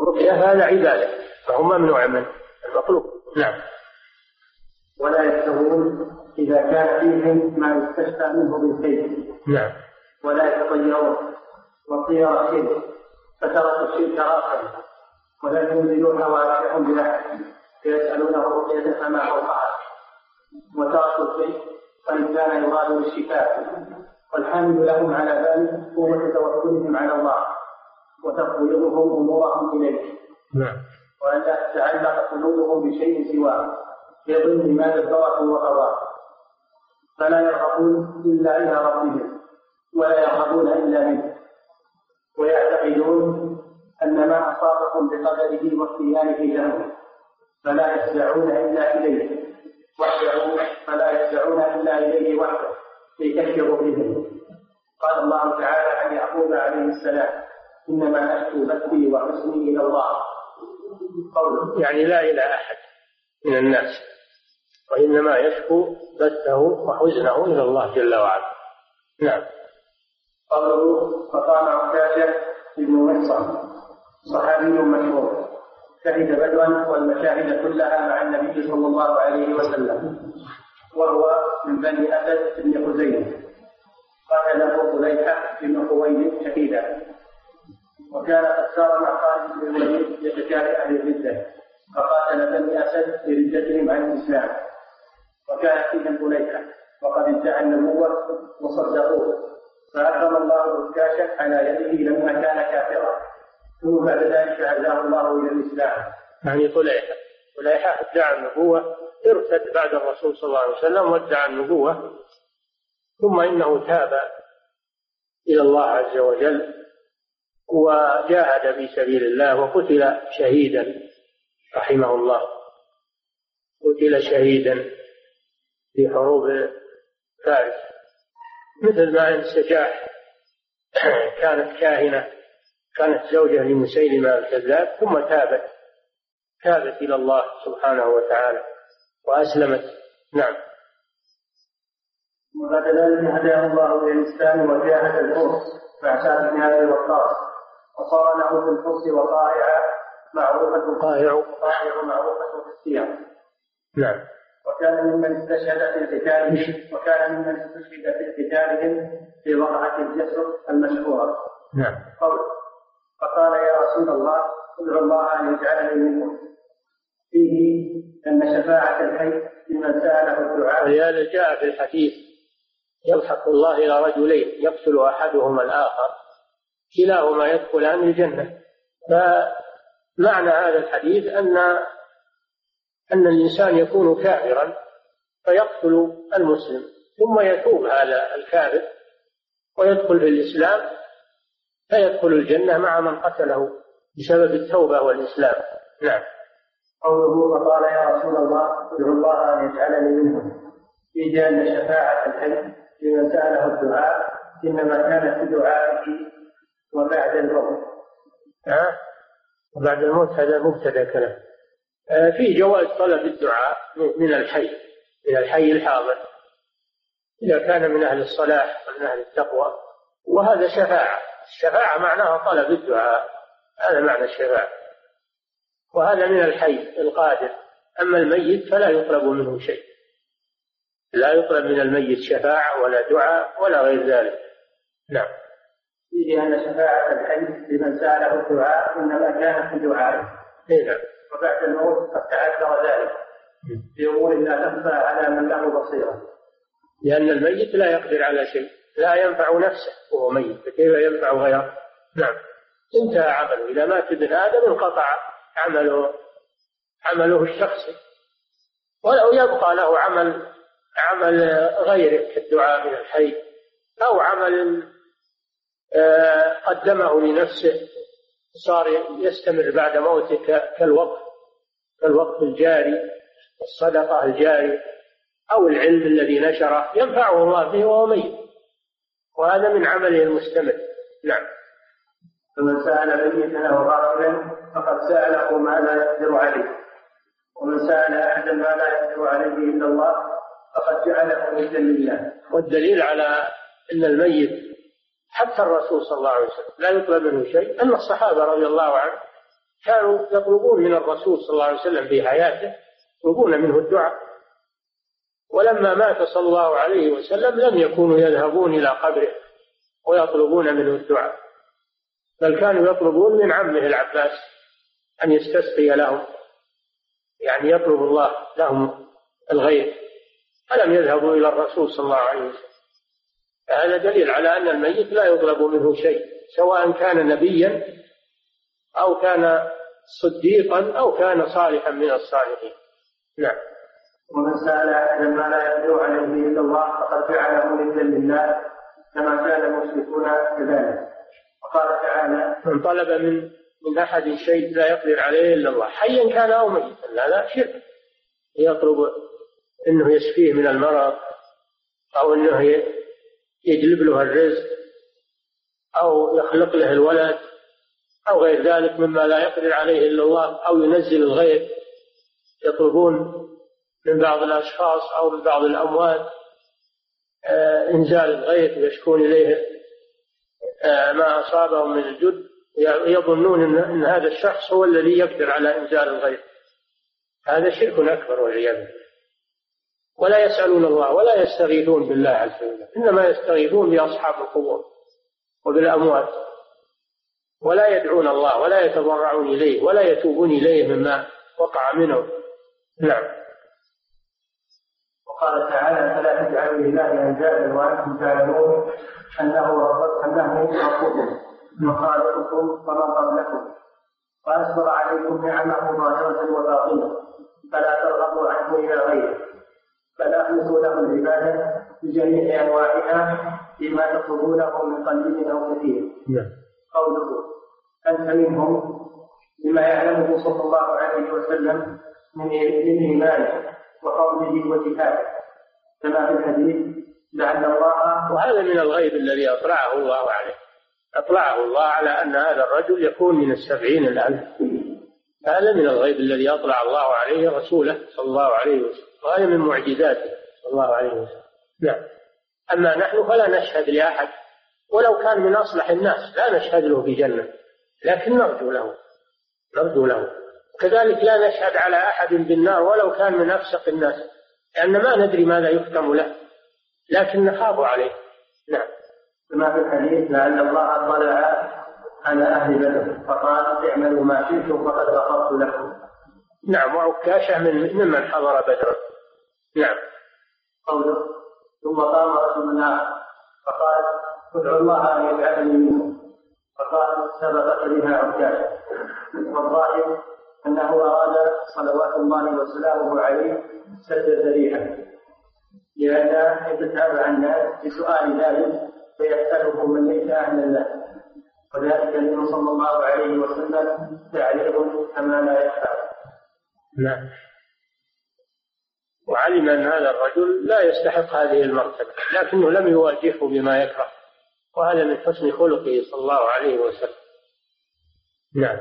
الرقية هذا عبادة فهو ممنوع من المطلوب. نعم. ولا يستوون إذا كان فيهم ما يستشفى منه بالخير. نعم. ولا يتطيرون والطيرة شرك فتركوا الشرك راقا ولا ينزلون هواشهم بلحد فيسألونه رقية فما أوقعت وتركوا الشرك فإن كان يراد بالشفاء والحامل لهم على ذلك قوة توكلهم على الله وتفويضهم أمورهم إليه. نعم. وأن لا تتعلق قلوبهم بشيء سواه في ضمن ما دبره وقضاه فلا يرغبون إلا إلى ربهم ولا يرغبون إلا منه ويعتقدون أن ما أصابهم بقدره واختياره لهم فلا يسعون إلا إليه وحده ليكشف بهم. قال الله تعالى عن يعقوب عليه السلام إنما أشكو بثي وحزني إلى الله قوله يعني لا إلى أحد من الناس وإنما يشكو بثه وحزنه إلى الله جل وعلا. نعم. قوله فقام عكاشة بن محصن صحابي مشهور شهد بدرا والمشاهد كلها مع النبي صلى الله عليه وسلم وهو من بني أسد بن خزيمة قتله طليحة بن خويلد شهيدا وكان قد سار مع خالد بن الوليد لقتال أهل الردة فقاتل بني أسد بردتهم عن الإسلام وكان فيهم طليحة وقد ادعى النبوة وصدقوه فأكرم الله عكاشة على يده لما كان كافرا ثم بعد ذلك هداه الله إلى الإسلام. يعني طليحة ادعى النبوة ارتد بعد الرسول صلى الله عليه وسلم وادعى النبوة ثم إنه تاب إلى الله عز وجل وجاهد في سبيل الله وقتل شهيدا رحمه الله قتل شهيدا في حروب فارس مثل ما أن سجاح كانت كاهنة كانت زوجة لمسيلمة الكذاب ثم تابت إلى الله سبحانه وتعالى وأسلمت. نعم. وبعد ذلك هداه الله إلى الإسلام وجاهد الفرس مع سعد بن أبي وقاص وصار له في الفرس وقائع معروفة في السير. نعم. وكان ممن استشهد في قتالهم في وقعة الجسر المشهورة. نعم. فقال يا رسول الله ادعو الله أن يجعلني منكم فيه أن شفاعة الحي لمن سأله الدعاء. ولهذا جاء في الحديث يضحك الله إلى رجلين يقتل أحدهما الآخر كلاهما يدخلان الجنة. فمعنى هذا الحديث أن الإنسان يكون كافرا فيقتل المسلم ثم يتوب هذا الكافر ويدخل في الإسلام فيدخل الجنة مع من قتله بسبب التوبة والإسلام. نعم. قوله فقال يا رسول الله ادعو الله أن يجعلني منهم في أن شفاعة الحي لمن سأله الدعاء إنما كانت في دعائه وبعد الموت. وبعد الموت هذا مبتدأ كلام. في جواز طلب الدعاء من الحي الحاضر إذا كان من أهل الصلاح ومن أهل التقوى وهذا شفاعة. الشفاعة معناها طلب الدعاء هذا معنى الشفاعة وهذا من الحي القادر. أما الميت فلا يطلب منه شيء لا يطلب من الميت شفاعة ولا دعاء ولا غير ذلك. نعم. فيه أن شفاعة الحي لمن سأله الدعاء إنما كانت في دعائه. نعم. وبعد الموت قد تعذر ذلك في أمور لا تخفى على من له بصيرة لأن الميت لا يقدر على شيء لا ينفع نفسه وهو ميت فكيف ينفع غيره. نعم. انتهى عمله إذا مات ابن آدم انقطع عمله الشخصي ولو يبقى له عمل غيره كالدعاء من الحي أو عمل قدمه لنفسه صار يستمر بعد موته كالوقف الجاري الصدقة الجارية أو العلم الذي نشره ينفعه الله به وهو ميت وهذا من عمله المستمر. نعم. فمن سأل ميتا أو غائبا فقد سأله ما لا يقدر عليه ومن سأل أحدا ما لا يقدر عليه إلا الله فقد جعله ندا لله. والدليل على أن الميت حتى الرسول صلى الله عليه وسلم لا يطلب منه شيء أن الصحابة رضي الله عنهم كانوا يطلبون من الرسول صلى الله عليه وسلم في حياته، يطلبون منه الدعاء، ولما مات صلى الله عليه وسلم لم يكونوا يذهبون إلى قبره ويطلبون منه الدعاء، بل كانوا يطلبون من عمه العباس أن يستسقي لهم، يعني يطلب الله لهم الغيث، فلم يذهبوا إلى الرسول صلى الله عليه وسلم. هذا دليل على أن الميت لا يطلب منه شيء، سواء كان نبيا أو كان صديقا أو كان صالحا من الصالحين. نعم. ومن سأل أحدا ما لا يقدر عليه إلا الله فقد جعله ندا لله كما كان المشركون كذلك. وقال تعالى: من طلب من أحد شيء لا يقدر عليه إلا الله حيا كان أو ميتا، لا شرك. يطلب أنه يشفيه من المرض، أو أنه يجلب له الرزق، أو يخلق له الولد، أو غير ذلك مما لا يقدر عليه إلا الله، أو ينزل الغيث. يطلبون من بعض الأشخاص أو من بعض الأموات إنزال الغيث، ويشكون إليه ما أصابهم من الجد، يظنون أن هذا الشخص هو الذي يقدر على إنزال الغيث. هذا شرك أكبر والعياذ بالله. ولا يسألون الله ولا يستغيثون بالله عز وجل، إنما يستغيثون بأصحاب القبور وبالأموات، ولا يدعون الله ولا يتضرعون إليه ولا يتوبون إليه مما وقع منه. نعم. وقال تعالى: فلا تجعلوا لله أندادا وأنتم تعلمون أنه ربكم وخالقكم ومن قبلكم، وأسبغ عليكم نعمه ظاهرة وباطنة، فلا ترغبوا عنه إلى غيره، بل أخلصوا له العبادة بجميع أنواعها فيما تطلبونه من قليل أو كثير. قوله: أنت منهم، بما يعلمه صلى الله عليه وسلم من إيمانه وقوله وجهاده، كما في الحديث: لعل الله. وهذا من الغيب الذي أطلعه الله عليه، أطلعه الله على أن هذا الرجل يكون من 70,000. هذا من الغيب الذي أطلع الله عليه رسوله صلى الله عليه وسلم، وهذا من معجزاته صلى الله عليه وسلم. نعم. أما نحن فلا نشهد لأحد، ولو كان من أصلح الناس لا نشهد له بجنة، لكن نرجو له. كذلك لا نشهد على أحد بالنار ولو كان من أفسق الناس، لأن ما ندري ماذا يختم له، لكن نخاف عليه. نعم. كما في الحديث: لعل الله طلع على أهل بدر فقال: اعملوا ما شئتم فقد غفرت لكم. نعم. وعكاشة ممن حضر بدر. نعم. قوله: ثم قام رجل فقال: ادعوا الله أن يجعلني منهم، فقال: سبقت بها عكاشة. والظاهر أنه أراد صلوات الله وسلامه عليه سد ذريعة، لأن يتتابع الناس بسؤال ذلك فيسأله من ليس أهلا له، وذلك النبي صلى الله عليه وسلم تعليم كما لا يفعل. نعم. وعلم أن هذا الرجل لا يستحق هذه المرتبة، لكنه لم يواجهه بما يكره، وهذا من حسن خلقه صلى الله عليه وسلم. نعم.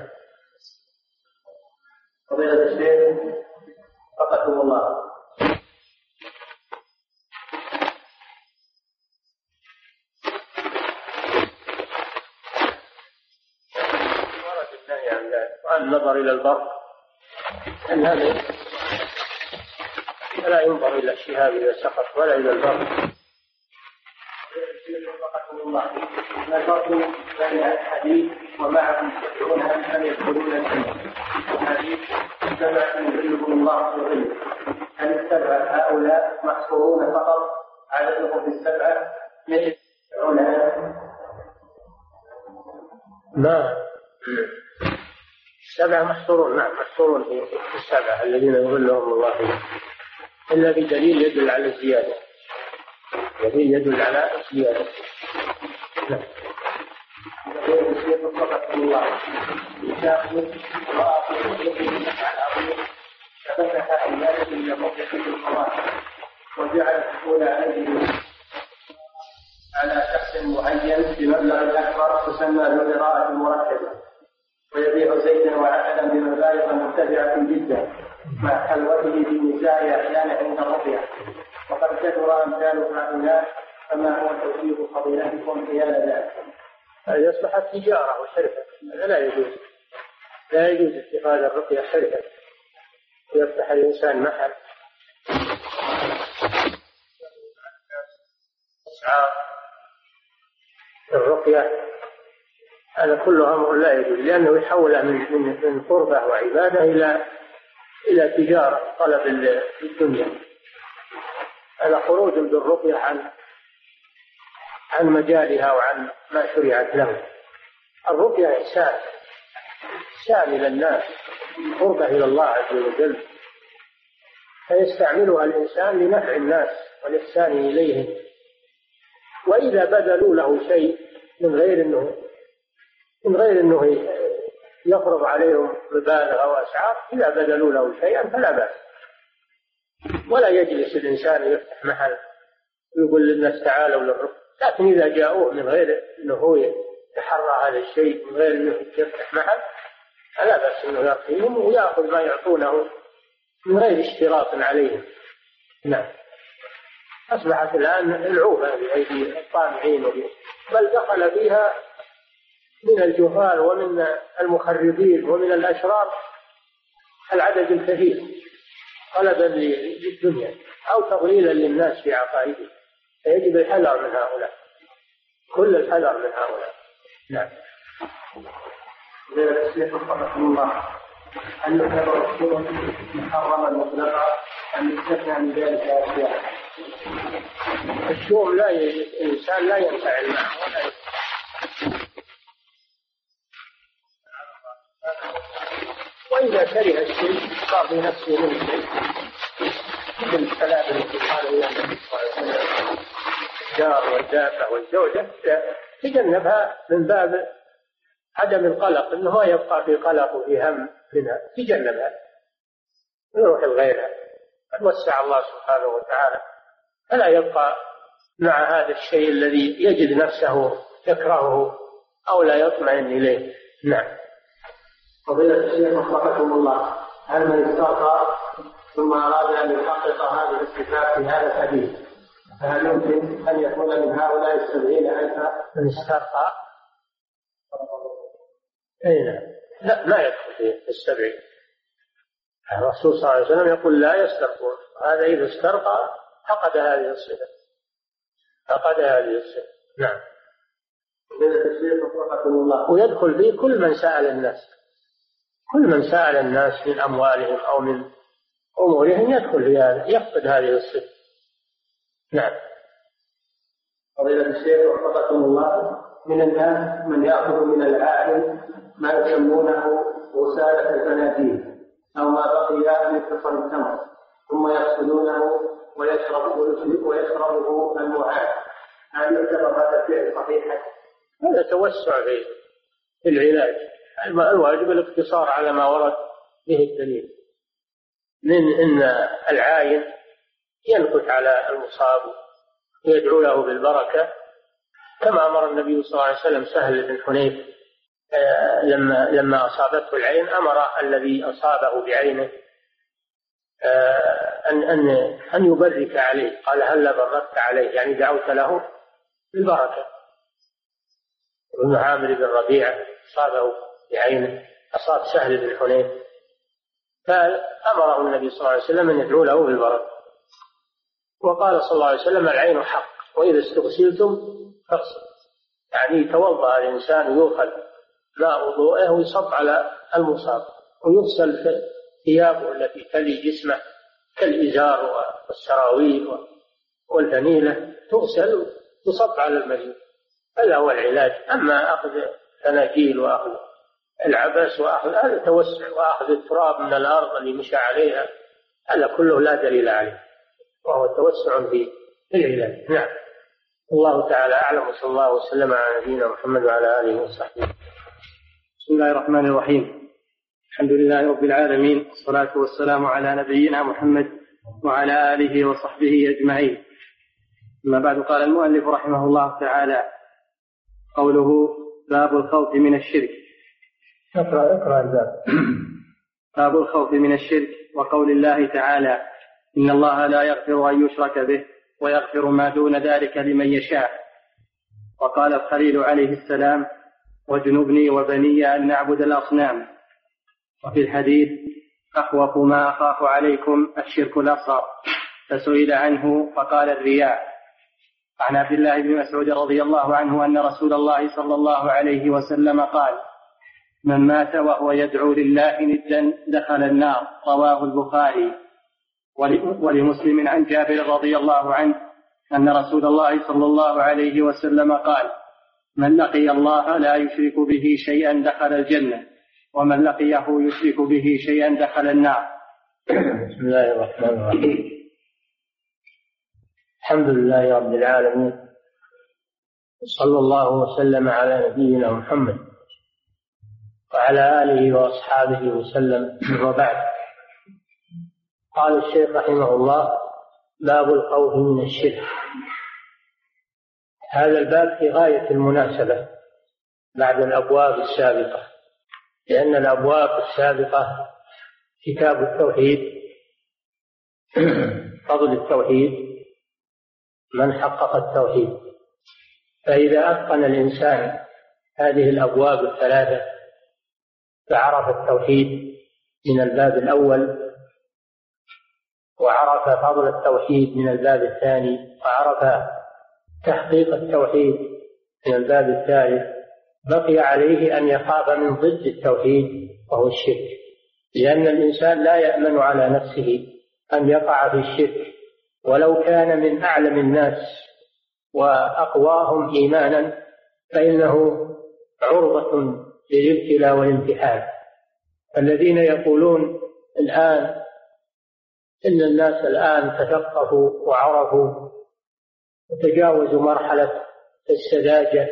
فضيلة الشيخ وفقكم الله، ورد النهي عن ذلك وعن النظر إلى البر، أن هذا فلا ينظر إلى الشهاب إذا سقط ولا إلى البر. ما الفرق بين الحديث ومعهم يدعون أن يدخلون الجنة؟ الحديث: سبعة يظلهم الله في ظله. هل السبعة هؤلاء محصورون فقط عددهم في السبعة مثل العلماء؟ ما السبعة محصورون، نعم محصورون في السبعة الذين يظلهم الله فيه، إلا بدليل يدل على الزيادة، دليل يدل على الزيادة. نعم. وجعل الدخول على شخص معين بمبلغ أكبر تسمى بالقراءة المركبة، ويبيع زيتا وعسلا بمبالغ مرتفعة جدا مع خلوته بالنساء أحيانا عند الرقية، وقد كثر أمثال هؤلاء، فما هو توجيه فضيلتكم حيال ذلك؟ هذه أصبحت تجارة وشركة، هذا لا يجوز، لا يجوز اتخاذ الرقية حرفة ويفتح الإنسان محل أسعار الرقية. هذا كله أمر لا يجوز، لأنه يحولها من قربة وعبادة إلى تجارة طلب الدنيا. هذا خروج بالرقية عن مجالها وعن ما شرعت له. الرقية إحسان إلى الناس، قربة إلى الله عز وجل، فيستعملها الإنسان لنفع الناس والإحسان إليهم. وإذا بذلوا له شيء من غير أنه يفرض عليهم مبالغ أو أسعار، إذا بذلوا له شيئا فلا بأس. ولا يجلس الإنسان يفتح محل ويقول للناس تعالوا للرقية، لكن إذا جاءوه من غير أنه يتحرى هذا الشيء، من غير أنه يفتح محل، فلا بأس أنه يعطيهم ويأخذ ما يعطونه من غير اشتراط عليهم. نعم. أصبحت الآن العوبة بأيدي الطامعين، بل دخل فيها من الجهال ومن المخربين ومن الأشرار العدد الكثير طلبا للدنيا أو تضليلا للناس في عقائدهم، فيجب الحذر من هؤلاء، كل الحذر من هؤلاء. نعم. الشيخ رحمه الله أن يعتبر الشرك محرما مطلقا أن يستثنى من ذلك أشياء. الشوم الإنسان لا ينفعل معه ولا وإذا كره الشيء صار في نفسه من الشيء، مثل الكلام التي قال إلى النبي صلى الله عليه وسلم الجار والدابة والزوجة تجنبها من باب عدم القلق، إنه يبقى في قلق وفي هم منها، تجنبها يروح لغيرها. وسع الله سبحانه وتعالى فلا يبقى مع هذا الشيء الذي يجد نفسه يكرهه أو لا يطمئن إليه. نعم. فضيلة الشيخ وفقكم الله، هل من استرقى ثم أراد أن يحقق هذه الصفات في هذا الحديث فهل يمكن أن يكون من هؤلاء 70,000 من استرقى؟ أي نعم. لا، ما يدخل في 70. الرسول صلى الله عليه وسلم يقول لا يسترقون، هذا إذا استرقى فقد هذه الصفة. نعم. ويدخل فيه كل من سأل الناس من أموالهم أو من أمورهم، يدخل في هذا، يفقد هذه الصفة. نعم. فضيلة الشيخ وفقكم الله، من الناس من يأخذ من العالم ما يسمونه غسالة الفناديل أو ما بقي من قصر التمر ثم يغسلونه ويشربه المعاد، هل يعتبر هذا الفعل صحيحا؟ هذا توسع في العلاج. الواجب الاقتصار على ما ورد به الدليل، من إن العاين ينكت على المصاب ويدعو له بالبركة، كما أمر النبي صلى الله عليه وسلم سهل بن حنيف لما أصابته العين، أمر الذي أصابه بعينه أن يبرك عليه، قال هل بردت عليه، يعني دعوت له بالبركة. ابن عامر بن ربيعة أصابه بعينه، أصاب سهل بن حنيف، فأمره النبي صلى الله عليه وسلم أن يدعو له بالبركة. وقال صلى الله عليه وسلم العين حق، وإذا استغسلتم فاغسلوا، يعني يتوضأ الإنسان ويؤخذ ماء وضوءه ويصب على المصاب، ويغسل ثيابه التي تلي جسمه كالإزار والسراويل والفنيلة، تغسل وتصب على المريض. هذا هو العلاج. أما أخذ فناجيل وأخذ العبس وأخذ هذا توسع، وأخذ التراب من الأرض اللي مشى عليها، هذا كله لا دليل عليه، وهو توسع في العلاج. نعم. الله تعالى أعلم، وصلى الله وسلم على نبينا محمد وعلى آله وصحبه. بسم الله الرحمن الرحيم. الحمد لله رب العالمين، والصلاة والسلام على نبينا محمد وعلى آله وصحبه أجمعين. أما بعد، قال المؤلف رحمه الله تعالى: قوله باب الخوف من الشرك. اقرأ الباب. باب الخوف من الشرك، وقول الله تعالى: إن الله لا يغفر أن يشرك به ويغفر ما دون ذلك لمن يشاء. وقال الخليل عليه السلام: واجنبني وبني أن نعبد الأصنام. وفي الحديث أخوف ما أخاف عليكم الشرك الأصغر، فسئل عنه فقال الرياء. عن عبد الله بن مسعود رضي الله عنه أن رسول الله صلى الله عليه وسلم قال: من مات وهو يدعو لله ندا دخل النار. رواه البخاري. ولمسلم عن جابر رضي الله عنه أن رسول الله صلى الله عليه وسلم قال: من لقي الله لا يشرك به شيئا دخل الجنة، ومن لقيه يشرك به شيئا دخل النار. بسم الله الرحمن الرحيم. الحمد لله رب العالمين، صلى الله وسلم على نبينا محمد وعلى آله وأصحابه وسلم، وبعد. قال الشيخ رحمه الله: باب الخوف من الشرك. هذا الباب في غاية المناسبة بعد الأبواب السابقة، لأن الأبواب السابقة كتاب التوحيد، فضل التوحيد، من حقق التوحيد. فإذا أتقن الإنسان هذه الأبواب الثلاثة فعرف التوحيد من الباب الأول، وعرف فضل التوحيد من الباب الثاني، وعرف تحقيق التوحيد من الباب الثالث، بقي عليه أن يخاف من ضد التوحيد وهو الشرك، لأن الإنسان لا يأمن على نفسه أن يقع في الشرك ولو كان من أعلم الناس وأقواهم إيمانا، فإنه عرضة للابتلاء والامتحان. الذين يقولون الآن إن الناس الآن تثقفوا وعرفوا وتجاوزوا مرحلة السذاجة،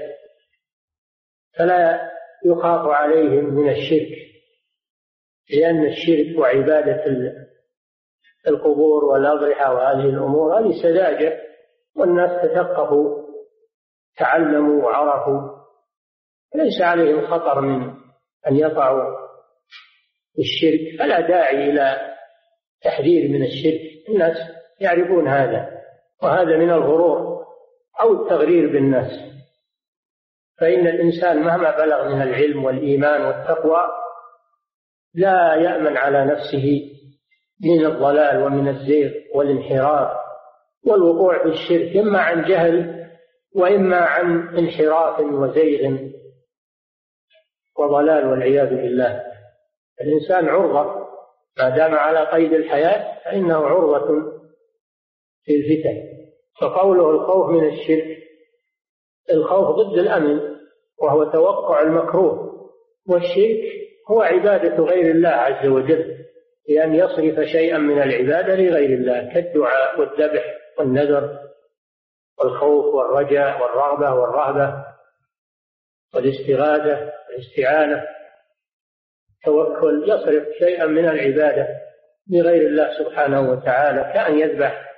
فلا يخاف عليهم من الشرك، لأن الشرك وعبادة القبور والأضرحة وهذه الأمور هذه سذاجة، والناس تثقفوا تعلموا وعرفوا، ليس عليهم خطر من أن يقعوا في الشرك، فلا داعي إلى تحذير من الشرك. الناس يعرفون هذا، وهذا من الغرور أو التغرير بالناس. فإن الإنسان مهما بلغ من العلم والإيمان والتقوى لا يأمن على نفسه من الضلال ومن الزيغ والانحراف والوقوع في الشرك، إما عن جهل وإما عن انحراف وزيغ وضلال والعياذ بالله. الإنسان عرضة ما دام على قيد الحياة، فإنه عرضة في الفتن. فقوله الخوف من الشرك، الخوف ضد الأمن وهو توقع المكروه، والشرك هو عبادة غير الله عز وجل، لأن يصرف شيئا من العبادة لغير الله كالدعاء والذبح والنذر والخوف والرجاء والرغبة والرهبة والاستغاثة والاستعانة. توكل يصرف شيئا من العبادة لغير الله سبحانه وتعالى، كأن يذبح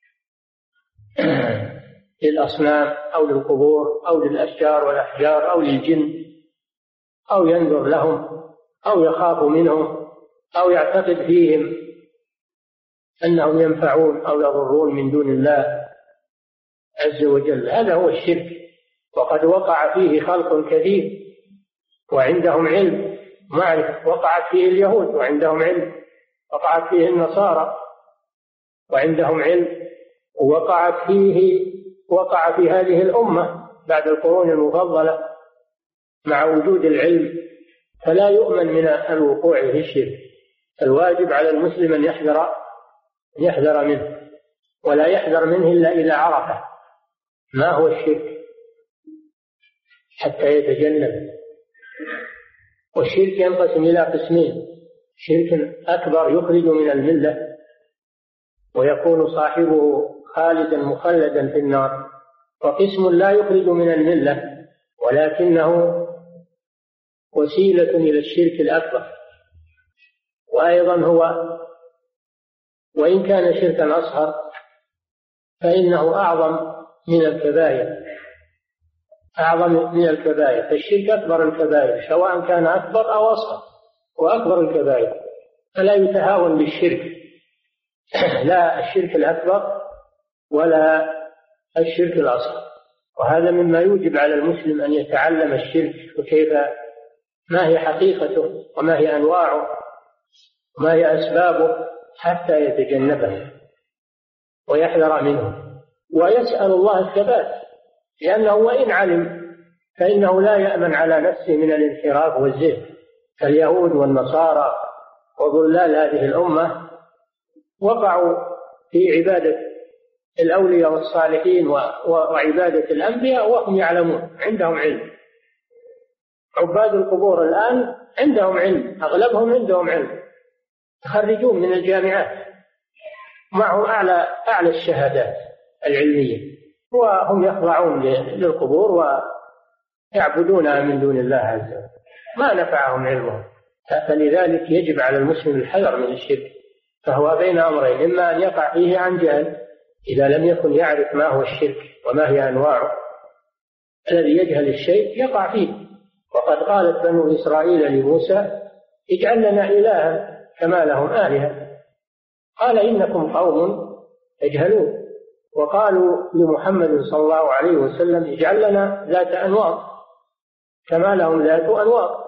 للأصنام أو للقبور أو للأشجار والأحجار أو للجن، أو ينذر لهم أو يخاف منهم أو يعتقد فيهم أنهم ينفعون أو يضرون من دون الله عز وجل. هذا هو الشرك، وقد وقع فيه خلق كثير وعندهم علم معرفة. وقعت فيه اليهود وعندهم علم، وقعت فيه النصارى وعندهم علم، وقع في هذه الأمة بعد القرون المفضلة مع وجود العلم، فلا يؤمن من الوقوع في الشرك. الواجب على المسلم أن يحذر منه، ولا يحذر منه إلا إذا عرف ما هو الشرك حتى يتجنب. والشرك ينقسم إلى قسمين: شرك أكبر يخرج من الملة ويكون صاحبه خالدا مخلدا في النار، وقسم لا يخرج من الملة ولكنه وسيلة إلى الشرك الأكبر. وأيضا هو وإن كان شركا أصغر فإنه أعظم من الكبائر، فالشرك أكبر الكبائر سواء كان أكبر أو أصغر، وأكبر الكبائر، فلا يتهاون بالشرك، لا الشرك الأكبر ولا الشرك الأصغر. وهذا مما يوجب على المسلم أن يتعلم الشرك وكيف ما هي حقيقته وما هي أنواعه ما هي أسبابه حتى يتجنبه ويحذر منه، ويسأل الله الثبات، لأنه وإن علم فإنه لا يأمن على نفسه من الانحراف والزيغ. فاليهود والنصارى وضلال هذه الأمة وقعوا في عبادة الأولياء والصالحين وعبادة الأنبياء وهم يعلمون، عندهم علم. عباد القبور الآن عندهم علم، أغلبهم عندهم علم، يخرجون من الجامعات معهم أعلى الشهادات العلمية، وهم يخضعون للقبور ويعبدونها من دون الله عز وجل، ما نفعهم علمهم. فلذلك يجب على المسلم الحذر من الشرك، فهو بين أمرين: إما أن يقع فيه عن جهل إذا لم يكن يعرف ما هو الشرك وما هي أنواعه، الذي يجهل الشيء يقع فيه. وقد قالت بنو إسرائيل لموسى: اجعل لنا إلها كما لهم آلهة، قال إنكم قوم تجهلون. وقالوا لمحمد صلى الله عليه وسلم: اجعل لنا ذات أنواط كما لهم ذات أنواط،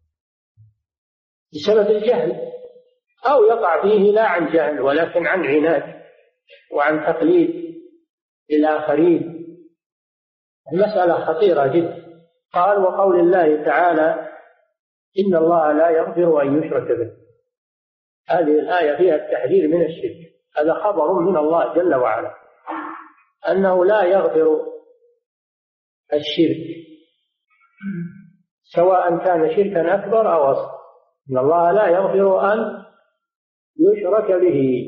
بسبب الجهل، أو يقع فيه لا عن جهل ولكن عن عناد وعن تقليد للآخرين. المسألة خطيرة جدا. قال: وقول الله تعالى: إن الله لا يغفر أن يشرك به. هذه الآية فيها التحذير من الشرك، هذا خبر من الله جل وعلا أنه لا يغفر الشرك، سواء كان شركا أكبر أو أصغر. إن الله لا يغفر أن يشرك به،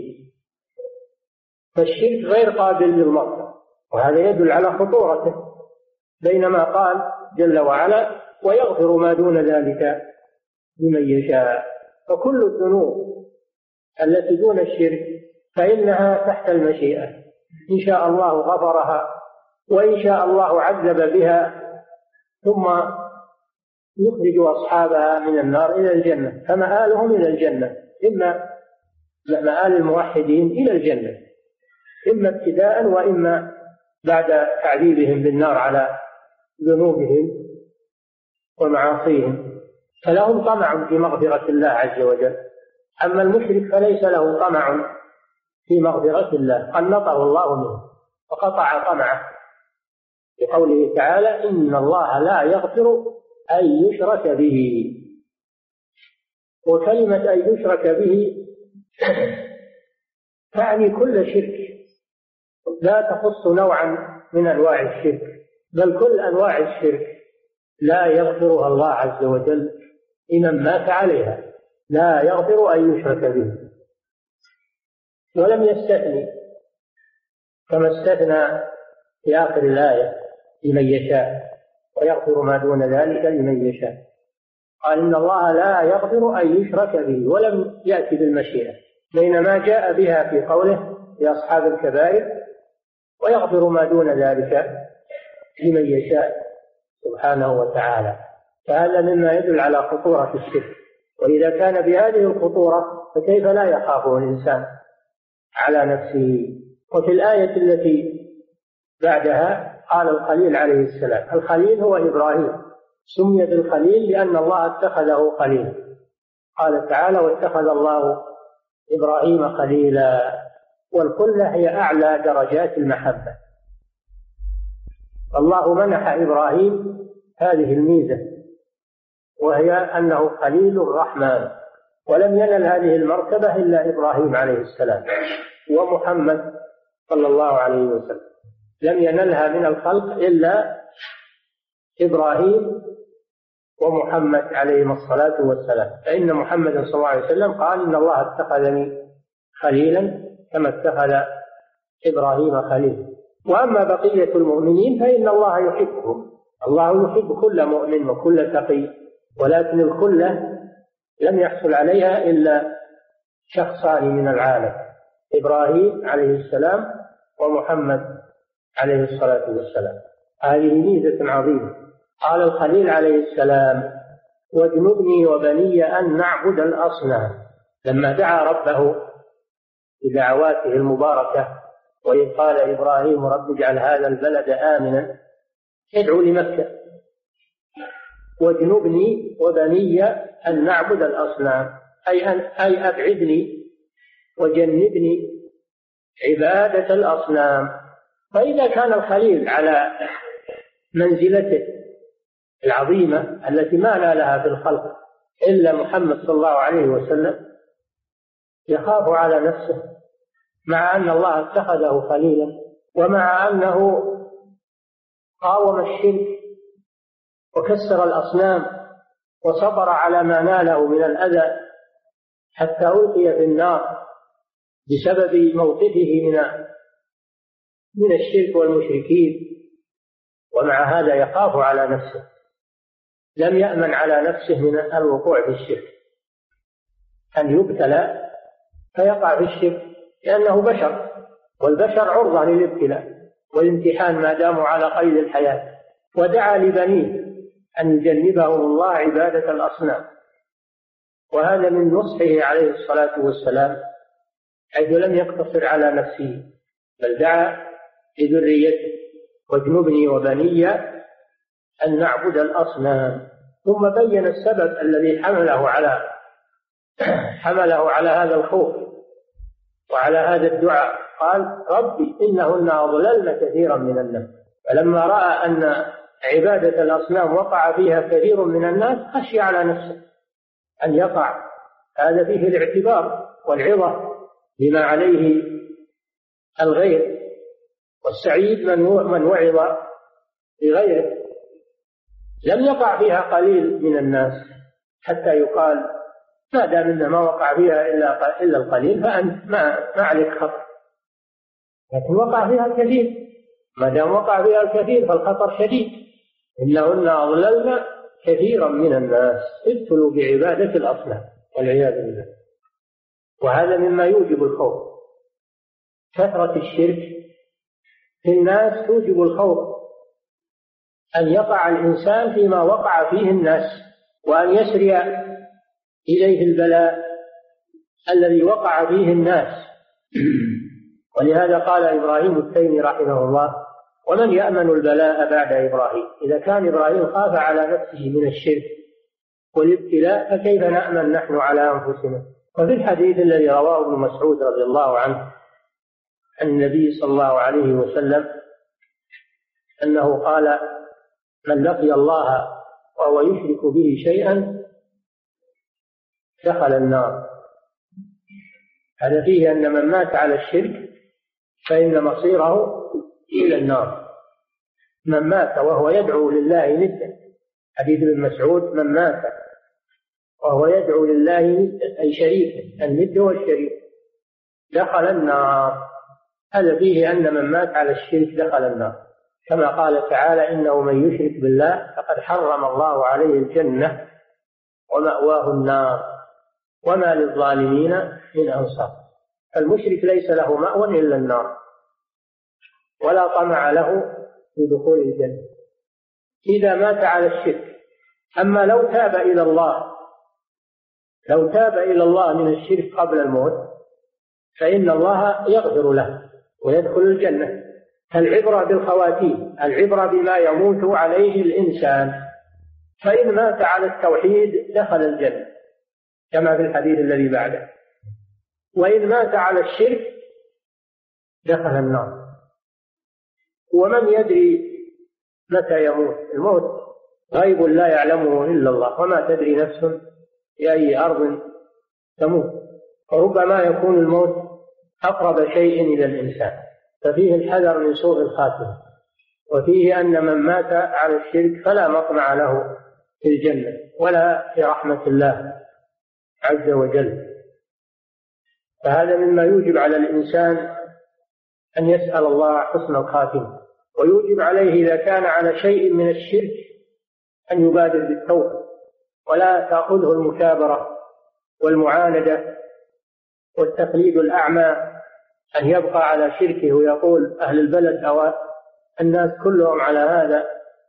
فالشرك غير قابل للمغفرة، وهذا يدل على خطورته. بينما قال جل وعلا: ويغفر ما دون ذلك لمن يشاء. فكل الذنوب التي دون الشرك فإنها تحت المشيئة، إن شاء الله غفرها، وإن شاء الله عذب بها ثم يخرج أصحابها من النار إلى الجنة، فمآلهم إلى الجنة، إما مآل الموحدين إلى الجنة، إما ابتداء وإما بعد تعذيبهم بالنار على ذنوبهم ومعاصيهم. فلهم طمع في مغفرة الله عز وجل. أما المشرك فليس له طمع في مغفرة الله، قنطه الله منه وقطع طمعه، بقوله تعالى: إن الله لا يغفر أن يشرك به. وكلمة أن يشرك به تعني كل شرك، لا تخص نوعا من أنواع الشرك، بل كل أنواع الشرك لا يغفرها الله عز وجل لمن مات عليها، لا يغفر أن يشرك به. ولم يستثني كما استثنى في آخر الآية: لمن يشاء، ويغفر ما دون ذلك لمن يشاء. قال: إن الله لا يغفر أن يشرك به، ولم يأتي بالمشيئة، بينما جاء بها في قوله لأصحاب الكبائر: ويغفر ما دون ذلك لمن يشاء سبحانه وتعالى. فهذا مما يدل على خطورة الشرك، وإذا كان بهذه الخطورة فكيف لا يخافه الإنسان على نفسه. وفي الآية التي بعدها قال الخليل عليه السلام، الخليل هو إبراهيم، سمي بالخليل لأن الله اتخذه خليلا. قال تعالى: واتخذ الله إبراهيم خليلا. والخلة هي أعلى درجات المحبة. الله منح إبراهيم هذه الميزة، وهي أنه خليل الرحمن، ولم ينل هذه المرتبة إلا إبراهيم عليه السلام، ومحمد صلى الله عليه وسلم لم ينلها من الخلق إلا إبراهيم ومحمد عليهم الصلاة والسلام. فإن محمد صلى الله عليه وسلم قال: إن الله اتخذني خليلا كما اتخذ إبراهيم خليلا. وأما بقية المؤمنين فإن الله يحبهم، الله يحب كل مؤمن وكل تقي، ولكن الخلة لم يحصل عليها إلا شخصان من العالم: إبراهيم عليه السلام ومحمد عليه الصلاة والسلام. هذه ميزة عظيمة. قال الخليل عليه السلام: واجنبني وبني أن نعبد الأصنام، لما دعا ربه بدعواته المباركة: وإذ قال إبراهيم رب اجعل هذا البلد آمنا، يدعو لمكة: واجنبني وبني أن نعبد الأصنام. أي أبعدني وجنبني عبادة الأصنام. فإذا كان الخليل على منزلته العظيمة التي ما نالها في الخلق إلا محمد صلى الله عليه وسلم، يخاف على نفسه مع أن الله اتخذه خليلا، ومع أنه قاوم الشرك وكسر الأصنام وصبر على ما ناله من الأذى حتى ألقي في النار بسبب موقفه من الشرك والمشركين، ومع هذا يخاف على نفسه، لم يأمن على نفسه من الوقوع في الشرك، أن يبتلى فيقع في الشرك، لأنه بشر، والبشر عرضة للابتلاء والامتحان ما داموا على قيد الحياة. ودعا لبنيه أن يجنبهم الله عبادة الأصنام، وهذا من نصحه عليه الصلاة والسلام، حيث لم يقتصر على نفسه بل دعا لذريته: واجنبني وبني أن نعبد الأصنام. ثم بين السبب الذي حمله على هذا الخوف وعلى هذا الدعاء، قال: ربي إنهن أضللن كثيرا من الناس. فلما رأى أن عبادة الأصنام وقع فيها كثير من الناس خشي على نفسه أن يقع. هذا فيه الاعتبار والعظة بما عليه الغير، والسعيد من وعظ بغيره. لم يقع فيها قليل من الناس حتى يقال ما دام إنه ما وقع فيها إلا القليل فأنت ما عليك خطر، لكن وقع فيها الكثير. ما دام وقع فيها الكثير فالخطر شديد. إنهن أضللن كثيرا من الناس، ابتلوا بعبادة الأصنام والعياذ بالله. وهذا مما يوجب الخوف. كثرة الشرك في الناس توجب الخوف أن يقع الإنسان فيما وقع فيه الناس، وأن يسري إليه البلاء الذي وقع فيه الناس. ولهذا قال إبراهيم التيمي رحمه الله: ومن يأمن البلاء بعد إبراهيم؟ إذا كان إبراهيم خاف على نفسه من الشرك والابتلاء فكيف نأمن نحن على أنفسنا؟ وفي الحديث الذي رواه ابن مسعود رضي الله عنه عن النبي صلى الله عليه وسلم أنه قال: من لقي الله وهو يشرك به شيئا دخل النار. هذا فيه أن من مات على الشرك فإن مصيره إلى النار. من مات وهو يدعو لله ندا، حديث ابن مسعود: من مات وهو يدعو لله ندا أي شريكا، الند والشريك، دخل النار. هذا فيه أن من مات على الشرك دخل النار، كما قال تعالى: إنه من يشرك بالله فقد حرم الله عليه الجنة ومأواه النار وما للظالمين من أنصار. المشرك ليس له مأوى إلا النار، ولا طمع له في دخول الجنة إذا مات على الشرك. أما لو تاب إلى الله من الشرك قبل الموت فإن الله يغفر له ويدخل الجنة. العبرة بالخواتيم، العبرة بما يموت عليه الإنسان. فإن مات على التوحيد دخل الجنة كما في الحديث الذي بعده، وإن مات على الشرك دخل النار. ومن يدري متى يموت؟ الموت غيب لا يعلمه إلا الله، وما تدري نفس في أي أرض تموت. وربما يكون الموت أقرب شيء إلى الإنسان، ففيه الحذر من سوء الخاتمة، وفيه أن من مات على الشرك فلا مطمع له في الجنة ولا في رحمة الله عز وجل. فهذا مما يوجب على الإنسان أن يسأل الله حسن الخاتمة، ويوجب عليه إذا كان على شيء من الشرك أن يبادر بالتوبة، ولا تأخذه المكابرة والمعاندة والتقليد الأعمى، أن يبقى على شركه ويقول أهل البلد أو الناس كلهم على هذا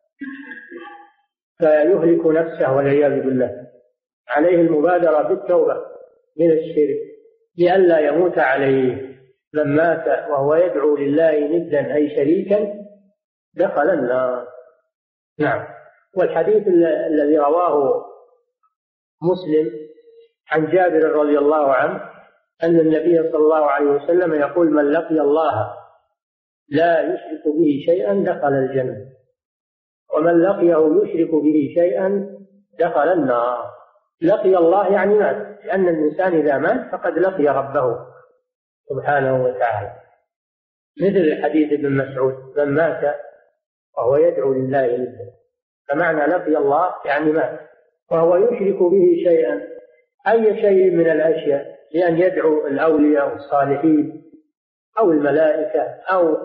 فيهلك نفسه والعياذ بالله. عليه المبادرة بالتوبة من الشرك لئلا يموت عليه. من مات وهو يدعو لله ندا أي شريكا دخل النار. نعم. والحديث الذي رواه مسلم عن جابر رضي الله عنه أن النبي صلى الله عليه وسلم يقول: من لقي الله لا يشرك به شيئا دخل الجنة، ومن لقيه يشرك به شيئا دخل النار. لقي الله يعني مات، لأن الإنسان إذا مات فقد لقي ربه سبحانه وتعالى، مثل حديث ابن مسعود: من مات وهو يدعو لله ندا. فمعنى لقي الله يعني مات، وهو يشرك به شيئا، أي شيء من الأشياء، لأن يدعو الأولياء والصالحين أو الملائكة أو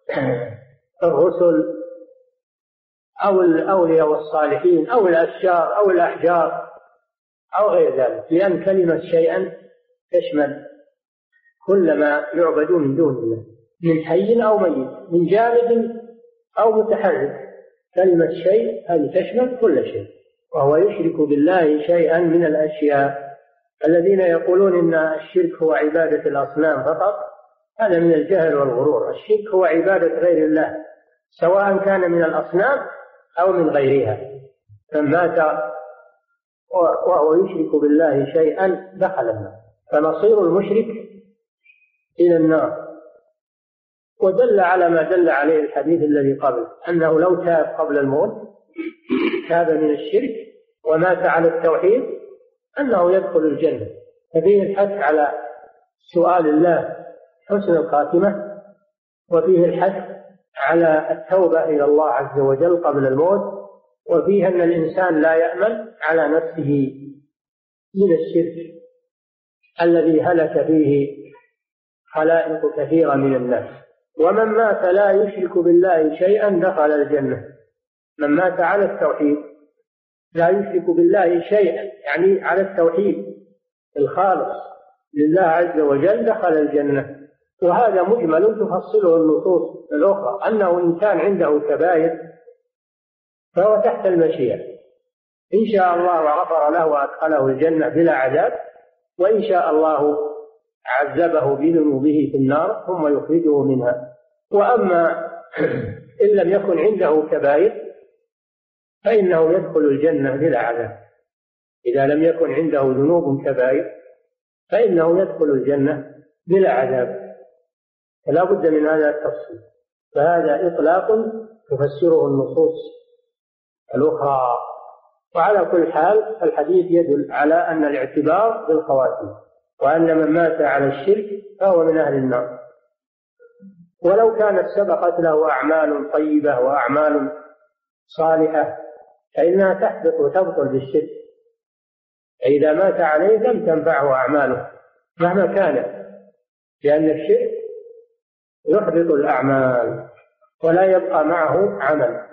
الرسل أو الأولياء والصالحين أو الأشجار أو الأحجار أو غير ذلك، لأن كلمة شيئا تشمل كل ما يعبد من دون الله، من حي أو ميت، من جامد أو متحرك. كلمة شيء هذه تشمل كل شيء. وهو يشرك بالله شيئا من الأشياء. الذين يقولون إن الشرك هو عبادة الأصنام فقط، هذا من الجهل والغرور. الشرك هو عبادة غير الله، سواء كان من الأصنام أو من غيرها. من مات وهو يشرك بالله شيئا دخل النار، فمصير المشرك إلى النار. ودل على ما دل عليه الحديث الذي قبل، أنه لو تاب قبل الموت، تاب من الشرك ومات على التوحيد، أنه يدخل الجنة. ففيه الحث على سؤال الله حسن الخاتمة، وفيه الحث على التوبة إلى الله عز وجل قبل الموت، وفيه أن الإنسان لا يأمن على نفسه من الشرك الذي هلك فيه خلائق كثيرة من الناس. ومن مات لا يشرك بالله شيئا دخل الجنة. من مات على التوحيد لا يشرك بالله شيئا، يعني على التوحيد الخالص لله عز وجل، دخل الجنة. وهذا مجمل تفصله النصوص الأخرى، أنه إن كان عنده كبائر فهو تحت المشيئة، إن شاء الله غفر له وأدخله الجنة بلا عذاب، وإن شاء الله عذبه بذنوبه في النار ثم يخرجه منها. وأما إن لم يكن عنده كبائر فإنه يدخل الجنة بلا عذاب. إذا لم يكن عنده ذنوب كبائر فإنه يدخل الجنة بلا عذاب، فلا بد من هذا التفصيل. فهذا إطلاق تفسره النصوص الأخرى. وعلى كل حال الحديث يدل على أن الاعتبار بالخواتيم، وأن من مات على الشرك فهو من أهل النار، ولو كانت سبقت له أعمال طيبة وأعمال صالحة فإنها تحبط وتبطل بالشرك. إذا مات عليه لم تنفعه أعماله مهما كانت، لأن الشرك يحبط الأعمال ولا يبقى معه عمل.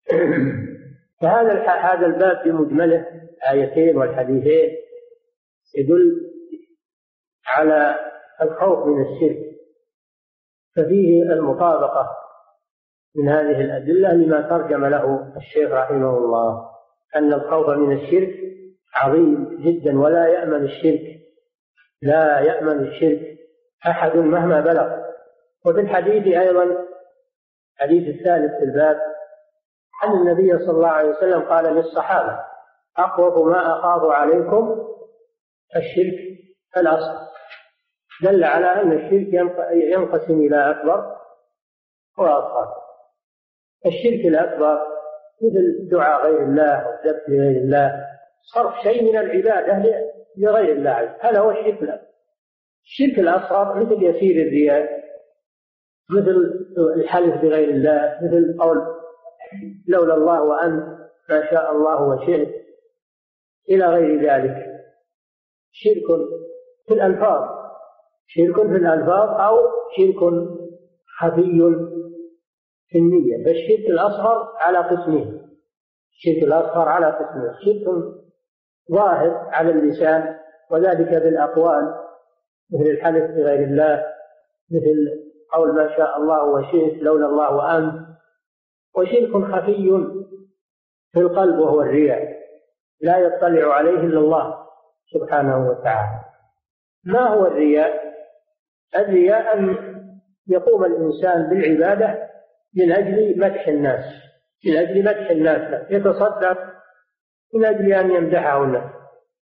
فهذا الباب بمجمله، آيتين والحديثين، يدل على الخوف من الشرك، ففيه المطابقة من هذه الأدلة لما ترجم له الشيخ رحمه الله، أن الخوف من الشرك عظيم جدا، ولا يأمن الشرك، لا يأمن الشرك أحد مهما بلغ. وفي الحديث أيضا، حديث الثالث في الباب، أن النبي صلى الله عليه وسلم قال للصحابة: أخوف ما أخاف عليكم الشرك الأصغر. دل على أن الشرك ينقسم إلى أكبر وأصغر. الشرك الأكبر مثل دعاء غير الله والذبح لغير الله، صرف شيء من العبادة لغير الله، هذا هو الشرك الأكبر. الشرك الأصغر مثل يسير الرياء، مثل الحلف بغير الله، مثل قول لولا الله وأنت ما شاء الله وشئت، إلى غير ذلك. شرك في الألفاظ، شرك في الألفاظ أو شرك خفي في النية. فالشرك الأصغر على قسمين، الشرك الأصغر على قسمين: شرك ظاهر على اللسان، وذلك بالأقوال مثل الحلف بغير الله، مثل قول ما شاء الله وشئت لولا الله وأنت. وشرك خفي في القلب وهو الرياء، لا يطلع عليه إلا الله سبحانه وتعالى. ما هو الرياء؟ الرياء أن يقوم الإنسان بالعبادة من أجل مدح الناس، من أجل مدح الناس، يتصدق من أجل أن يمدحه الناس،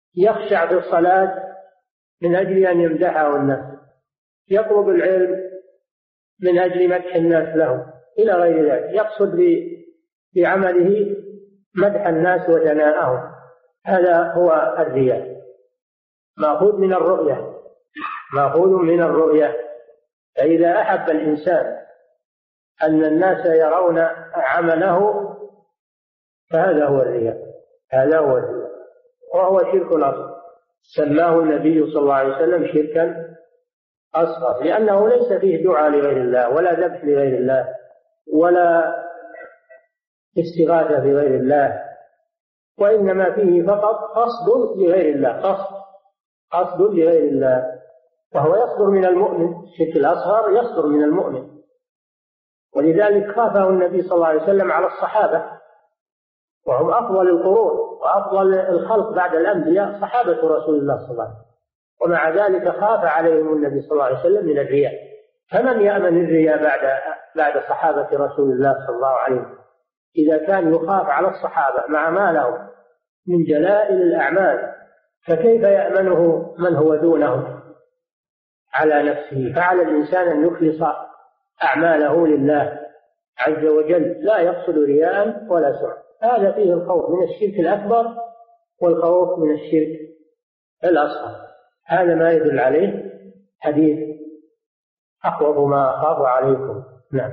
يخشع في الصلاة من أجل أن يمدحه الناس، يطلب العلم من أجل مدح الناس له، إلى غير ذلك، يقصد بعمله مدح الناس وثناءهم. هذا هو الرياء، مأخوذ من الرؤية، مأخوذ من الرؤية. فإذا أحب الإنسان أن الناس يرون عمله فهذا هو الرياء، هذا هو الرياء، وهو شرك أصغر، سماه النبي صلى الله عليه وسلم شركا أصغر، لأنه ليس فيه دعاء لغير الله ولا ذبح لغير الله ولا استغاثة بغير الله، وإنما فيه فقط قصد لغير الله، قصد لغير الله، وهو يصدر من المؤمن، الشرك الأصغر يصدر من المؤمن. ولذلك خافه النبي صلى الله عليه وسلم على الصحابة، وهم أفضل القرون وأفضل الخلق بعد الأنبياء، صحابة رسول الله صلى الله عليه وسلم، ومع ذلك خاف عليهم النبي صلى الله عليه وسلم من الرياء. فمن يأمن الرياء بعد صحابة رسول الله صلى الله عليه وسلم؟ إذا كان يخاف على الصحابة مع ما لهم من جلائل الأعمال، فكيف يأمنه من هو دونهم على نفسه؟ فعلى الإنسان أن يخلص أعماله لله عز وجل، لا يقصد رياء ولا سمعة. هذا فيه الخوف من الشرك الأكبر والخوف من الشرك الأصغر. هذا ما يدل عليه حديث أخوف ما أخاف عليكم. نعم.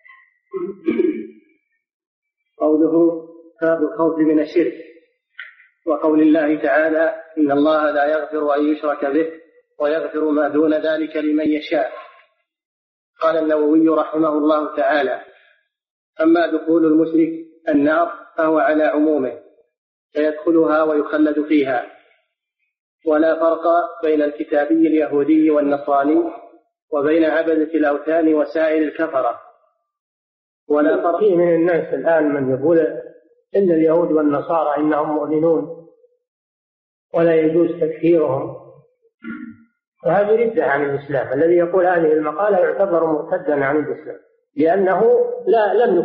قوله باب الخوف من الشرك، وقول الله تعالى إن الله لا يغفر أن يشرك به ويغفر ما دون ذلك لمن يشاء. قال النووي رحمه الله تعالى: أما دخول المشرك النار فهو على عمومه، فيدخلها ويخلد فيها، ولا فرق بين الكتابي اليهودي والنصراني وبين عبدة الأوثان وسائر الكفرة. ولا فرق. من الناس الآن من يقول إن اليهود والنصارى إنهم مؤمنون ولا يجوز تكفيرهم، وهذه ردة عن الإسلام. الذي يقول هذه المقالة يعتبر مرتدا عن الإسلام، لأنه لم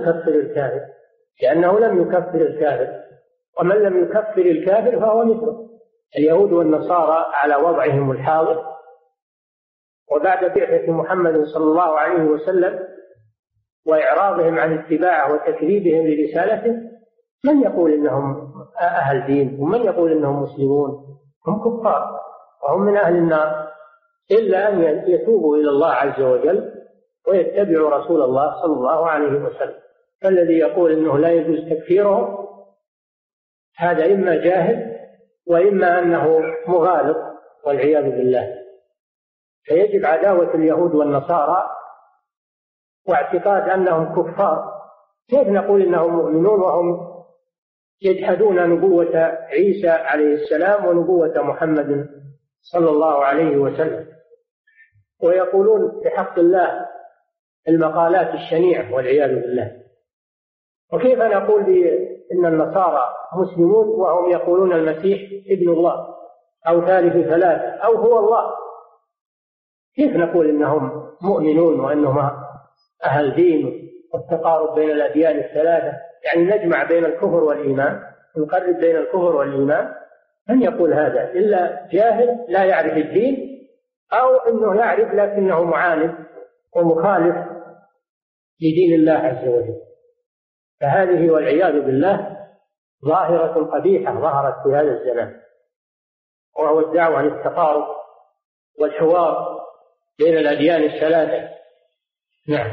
يكفر الكافر، ومن لم يكفر الكافر فهو مثله. اليهود والنصارى على وضعهم الحاضر وبعد بعثة محمد صلى الله عليه وسلم وإعراضهم عن اتباعه وتكذيبهم لرسالته، من يقول إنهم أهل دين ومن يقول إنهم مسلمون؟ هم كفار وهم من أهل النار، إلا أن يتوبوا إلى الله عز وجل ويتبعوا رسول الله صلى الله عليه وسلم. فالذي يقول إنه لا يجوز تكفيرهم هذا إما جاهل وإما أنه مغالط والعياذ بالله. فيجب عداوة اليهود والنصارى واعتقاد أنهم كفار. كيف نقول إنهم مؤمنون وهم يجحدون نبوة عيسى عليه السلام ونبوة محمد صلى الله عليه وسلم، ويقولون بحق الله المقالات الشنيعة والعياذ بالله؟ وكيف نقول إن النصارى مسلمون وهم يقولون المسيح ابن الله أو ثالث ثلاثة أو هو الله؟ كيف نقول إنهم مؤمنون وأنهم أهل دين والتقارب بين الأديان الثلاثة؟ يعني نجمع بين الكفر والإيمان، نقرب بين الكفر والإيمان. من يقول هذا إلا جاهل لا يعرف الدين، أو أنه يعرف لكنه معاند ومخالف لدين الله عز وجل. فهذه والعياذ بالله ظاهرة قبيحة ظهرت في هذا الزمان، وهو الدعوة للتقارب والحوار بين الأديان الثلاثة. نعم.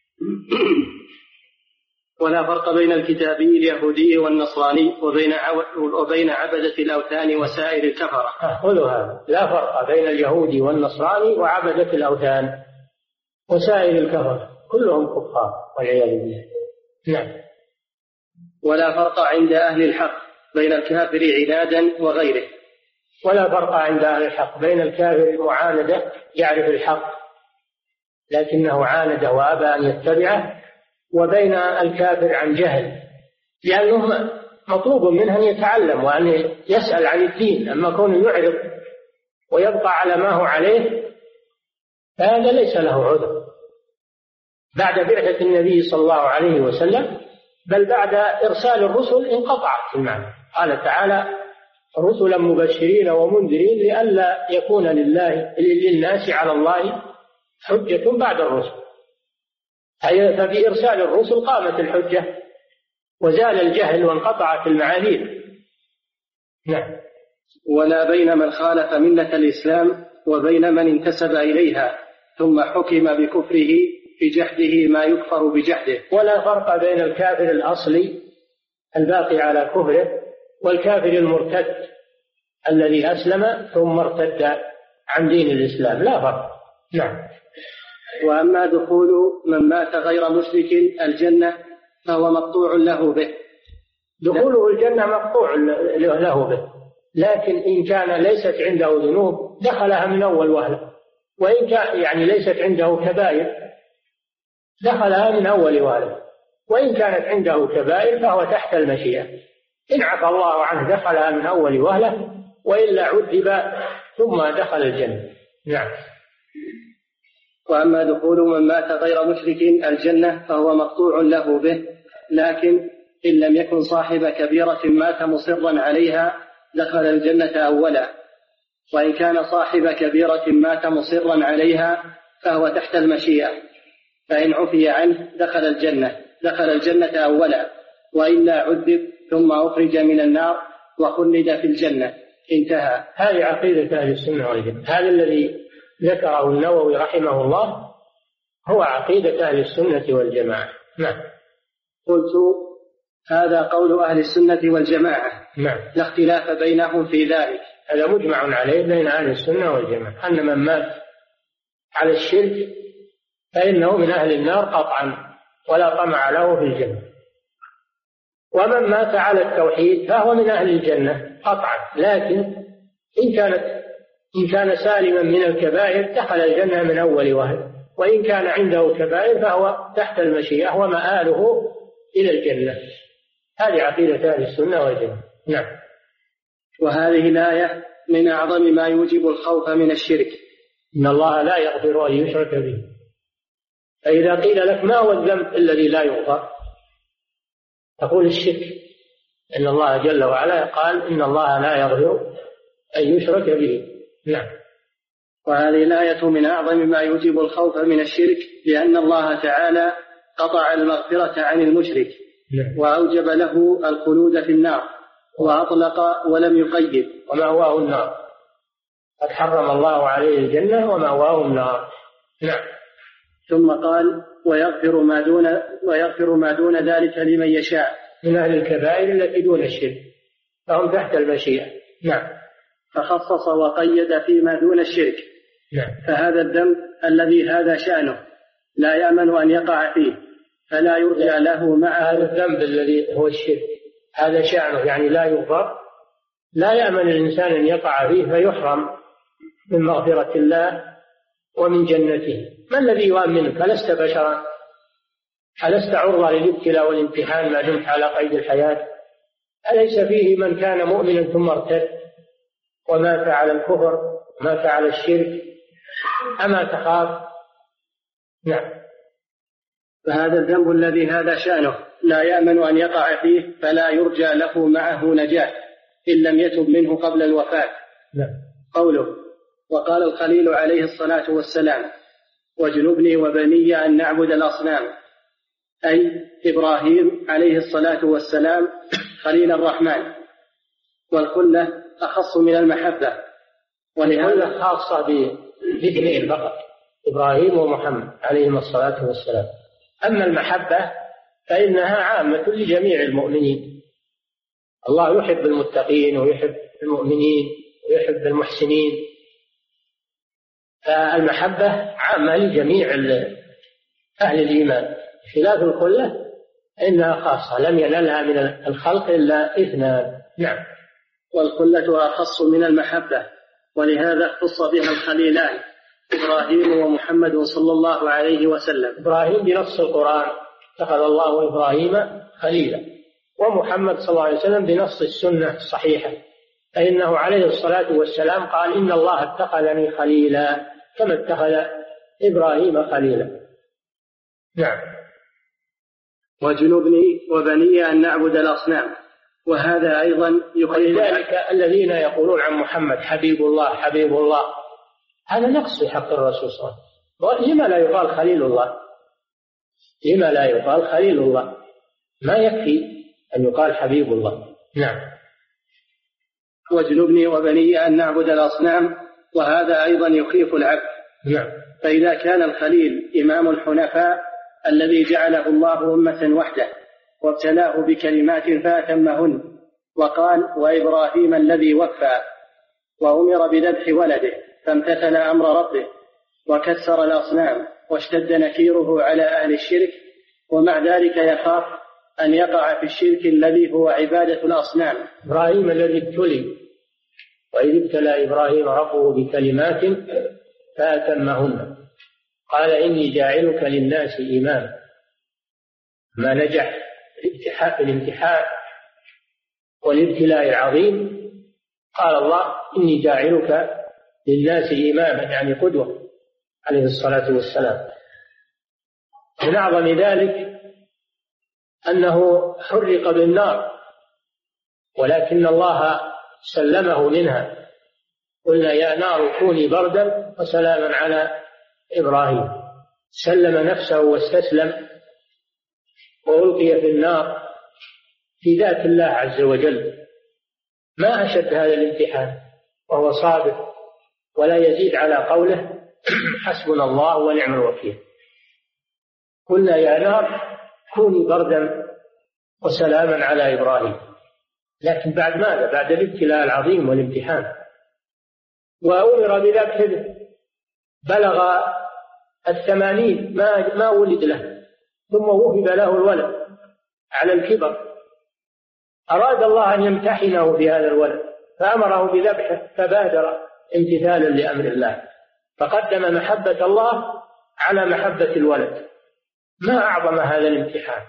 ولا فرق بين الكتابي اليهودي والنصراني وبين عبدة الأوثان وسائر الكفرة. قولوا هذا: لا فرق بين اليهودي والنصراني وعبدة الأوثان وسائر الكفرة، كلهم كفار والعياذ بالله. نعم. ولا فرق عند أهل الحق بين الكافر عنادا وغيره. ولا فرق عند أهل الحق بين الكافر المعاندة يعرف الحق لكنه عاند وأبى أن يتبعه، وبين الكافر عن جهل، لأنه مطلوب منه أن يتعلم وأن يسأل عن الدين. أما كونه يعرض ويبقى على ما هو عليه فهذا ليس له عذر بعد بعثة النبي صلى الله عليه وسلم، بل بعد إرسال الرسل انقطعت المعنى. قال تعالى: رسلا مبشرين ومنذرين لئلا يكون للناس على الله حجة بعد الرسل. فبإرسال الرسل قامت الحجة وزال الجهل وانقطعت المعاذير. نعم. ولا بين من خالف ملة الإسلام وبين من انتسب إليها ثم حكم بكفره بجحده ما يكفر بجحده. ولا فرق بين الكافر الأصلي الباقي على كفره والكافر المرتد الذي أسلم ثم ارتد عن دين الإسلام، لا فرق. نعم. وأما دخول من مات غير مشرك الجنة فهو مقطوع له به. دخوله الجنة مقطوع له به، لكن إن كان ليست عنده ذنوب دخلها من أول وهلة، وإن كان يعني ليست عنده كبائر دخلها من أول وهلة، وإن كانت عنده كبائر فهو تحت المشيئة. إن عفى الله عنه دخلها من أول وهلة، وإلا عذب ثم دخل الجنة. نعم. وأما دخول من مات غير مشرك الجنة فهو مقطوع له به، لكن إن لم يكن صاحب كبيرة مات مصرا عليها دخل الجنة أولا، وإن كان صاحب كبيرة مات مصرا عليها فهو تحت المشيئة، فإن عفي عنه دخل الجنة أولا، وإلا عذب ثم أخرج من النار وخلد في الجنة. انتهى. هذه عقيدة أهل السنة والجماعة. هذا الذي ذكره النووي رحمه الله هو عقيدة أهل السنة والجماعة. نعم. قلت هذا قول أهل السنة والجماعة. نعم. لا اختلاف بينهم في ذلك. هذا مجمع عليه بين أهل السنة والجماعة، أن من مات على الشرك فإنه من أهل النار قطعا ولا طمع له في الجنة، ومن مات على التوحيد فهو من أهل الجنة قطعا، لكن إن كان سالما من الكبائر دخل الجنة من أول وهلة، وإن كان عنده كبائر فهو تحت المشيئة ومآله إلى الجنة. هذه عقيدة أهل السنة والجماعة. نعم. وهذه الآية من أعظم ما يوجب الخوف من الشرك. إن الله لا يغفر أن يشرك به. فإذا قيل لك ما هو الذنب الذي لا يغفر تقول الشرك، إن الله جل وعلا قال إن الله لا يغفر أن يشرك به. نعم. وهذه الآية من أعظم ما يوجب الخوف من الشرك، لأن الله تعالى قطع المغفرة عن المشرك وأوجب له الخلود في النار، وأطلق ولم يقيد ومأواه النار. قد حرم الله عليه الجنة ومأواه النار. نعم. ثم قال ويغفر ما دون ذلك لمن يشاء من أهل الكبائر التي دون الشرك فهم تحت المشيئة. نعم. فخصص وقيد فيما دون الشرك. نعم. فهذا الذنب الذي هذا شأنه لا يأمن أن يقع فيه، فلا يرجع له مع هذا الذنب الذي هو الشرك، هذا شأنه يعني لا يغفر، لا يأمن الإنسان أن يقع فيه فيحرم من مغفرة الله ومن جنته. ما الذي يؤمنك؟ ألست بشرا؟ ألست عرضة للابتلاء والامتحان ما دمت على قيد الحياة؟ أليس فيه من كان مؤمنا ثم ارتد ومات على الكفر ومات على الشرك؟ أما تخاف؟ نعم. فهذا الذنب الذي هذا شأنه لا يأمن أن يقع فيه، فلا يرجى له معه نجاة إن لم يتب منه قبل الوفاة. نعم. قوله وقال الخليل عليه الصلاة والسلام واجنبني وبني أن نعبد الأصنام، أي إبراهيم عليه الصلاة والسلام خليل الرحمن، والخلة أخص من المحبة، ولهذا خاصة باثنين فقط، إبراهيم ومحمد عليهم الصلاة والسلام. أما المحبة فإنها عامة لجميع المؤمنين. الله يحب المتقين ويحب المؤمنين ويحب المحسنين، فالمحبة عامة لجميع أهل الإيمان، خلاف الخلة إنها خاصة لم ينلها من الخلق إلا اثنان. نعم. والخلة أخص من المحبة، ولهذا اختص بها الخليلان إبراهيم ومحمد صلى الله عليه وسلم. إبراهيم بنص القرآن اتخذ الله إبراهيم خليلا، ومحمد صلى الله عليه وسلم بنص السنة الصحيحة، فإنه عليه الصلاة والسلام قال إن الله اتخذني خليلا كما اتخذ إبراهيم خليلا. نعم. واجنبني وبني أن نعبد الأصنام، وهذا أيضا ولذلك الذين يقولون عن محمد حبيب الله حبيب الله هذا نقص في حق الرسول صلى الله عليه وسلم. لما لا يقال خليل الله؟ لما لا يقال خليل الله؟ ما يكفي أن يقال حبيب الله. نعم. واجنبني وبني أن نعبد الأصنام، وهذا أيضا يخيف العبد. نعم. فإذا كان الخليل إمام الحنفاء الذي جعله الله أمة وحده وابتلاه بكلمات فأتمهن، وقال وإبراهيم الذي وفى، وأمر بذبح ولده فامتثل أمر ربه وكسر الأصنام واشتد نكيره على أهل الشرك، ومع ذلك يخاف أن يقع في الشرك الذي هو عبادة الأصنام. إبراهيم الذي ابتلي، وإذ ابتلى إبراهيم ربه بكلمات فأتمهن قال إني جاعلك للناس إماما. ما نجح في الامتحان والابتلاء العظيم قال الله إني جاعلك للناس إماما، يعني قدوة عليه الصلاة والسلام. من أعظم ذلك أنه حرق بالنار ولكن الله سلمه منها. قلنا يا نار كوني بردا وسلاما على إبراهيم. سلم نفسه واستسلم وألقي في النار في ذات الله عز وجل. ما أشد هذا الامتحان وهو صابر ولا يزيد على قوله حسبنا الله ونعم الوكيل. قلنا يا نار كوني بردا وسلاما على إبراهيم، لكن بعد ماذا؟ بعد الابتلاء العظيم والامتحان. وأمر بذبحه بلغ 80 ما ولد له، ثم وهب له الولد على الكبر. أراد الله أن يمتحنه في هذا الولد فأمره بذبحه فبادر امتثالا لأمر الله، فقدم محبة الله على محبة الولد. ما أعظم هذا الامتحان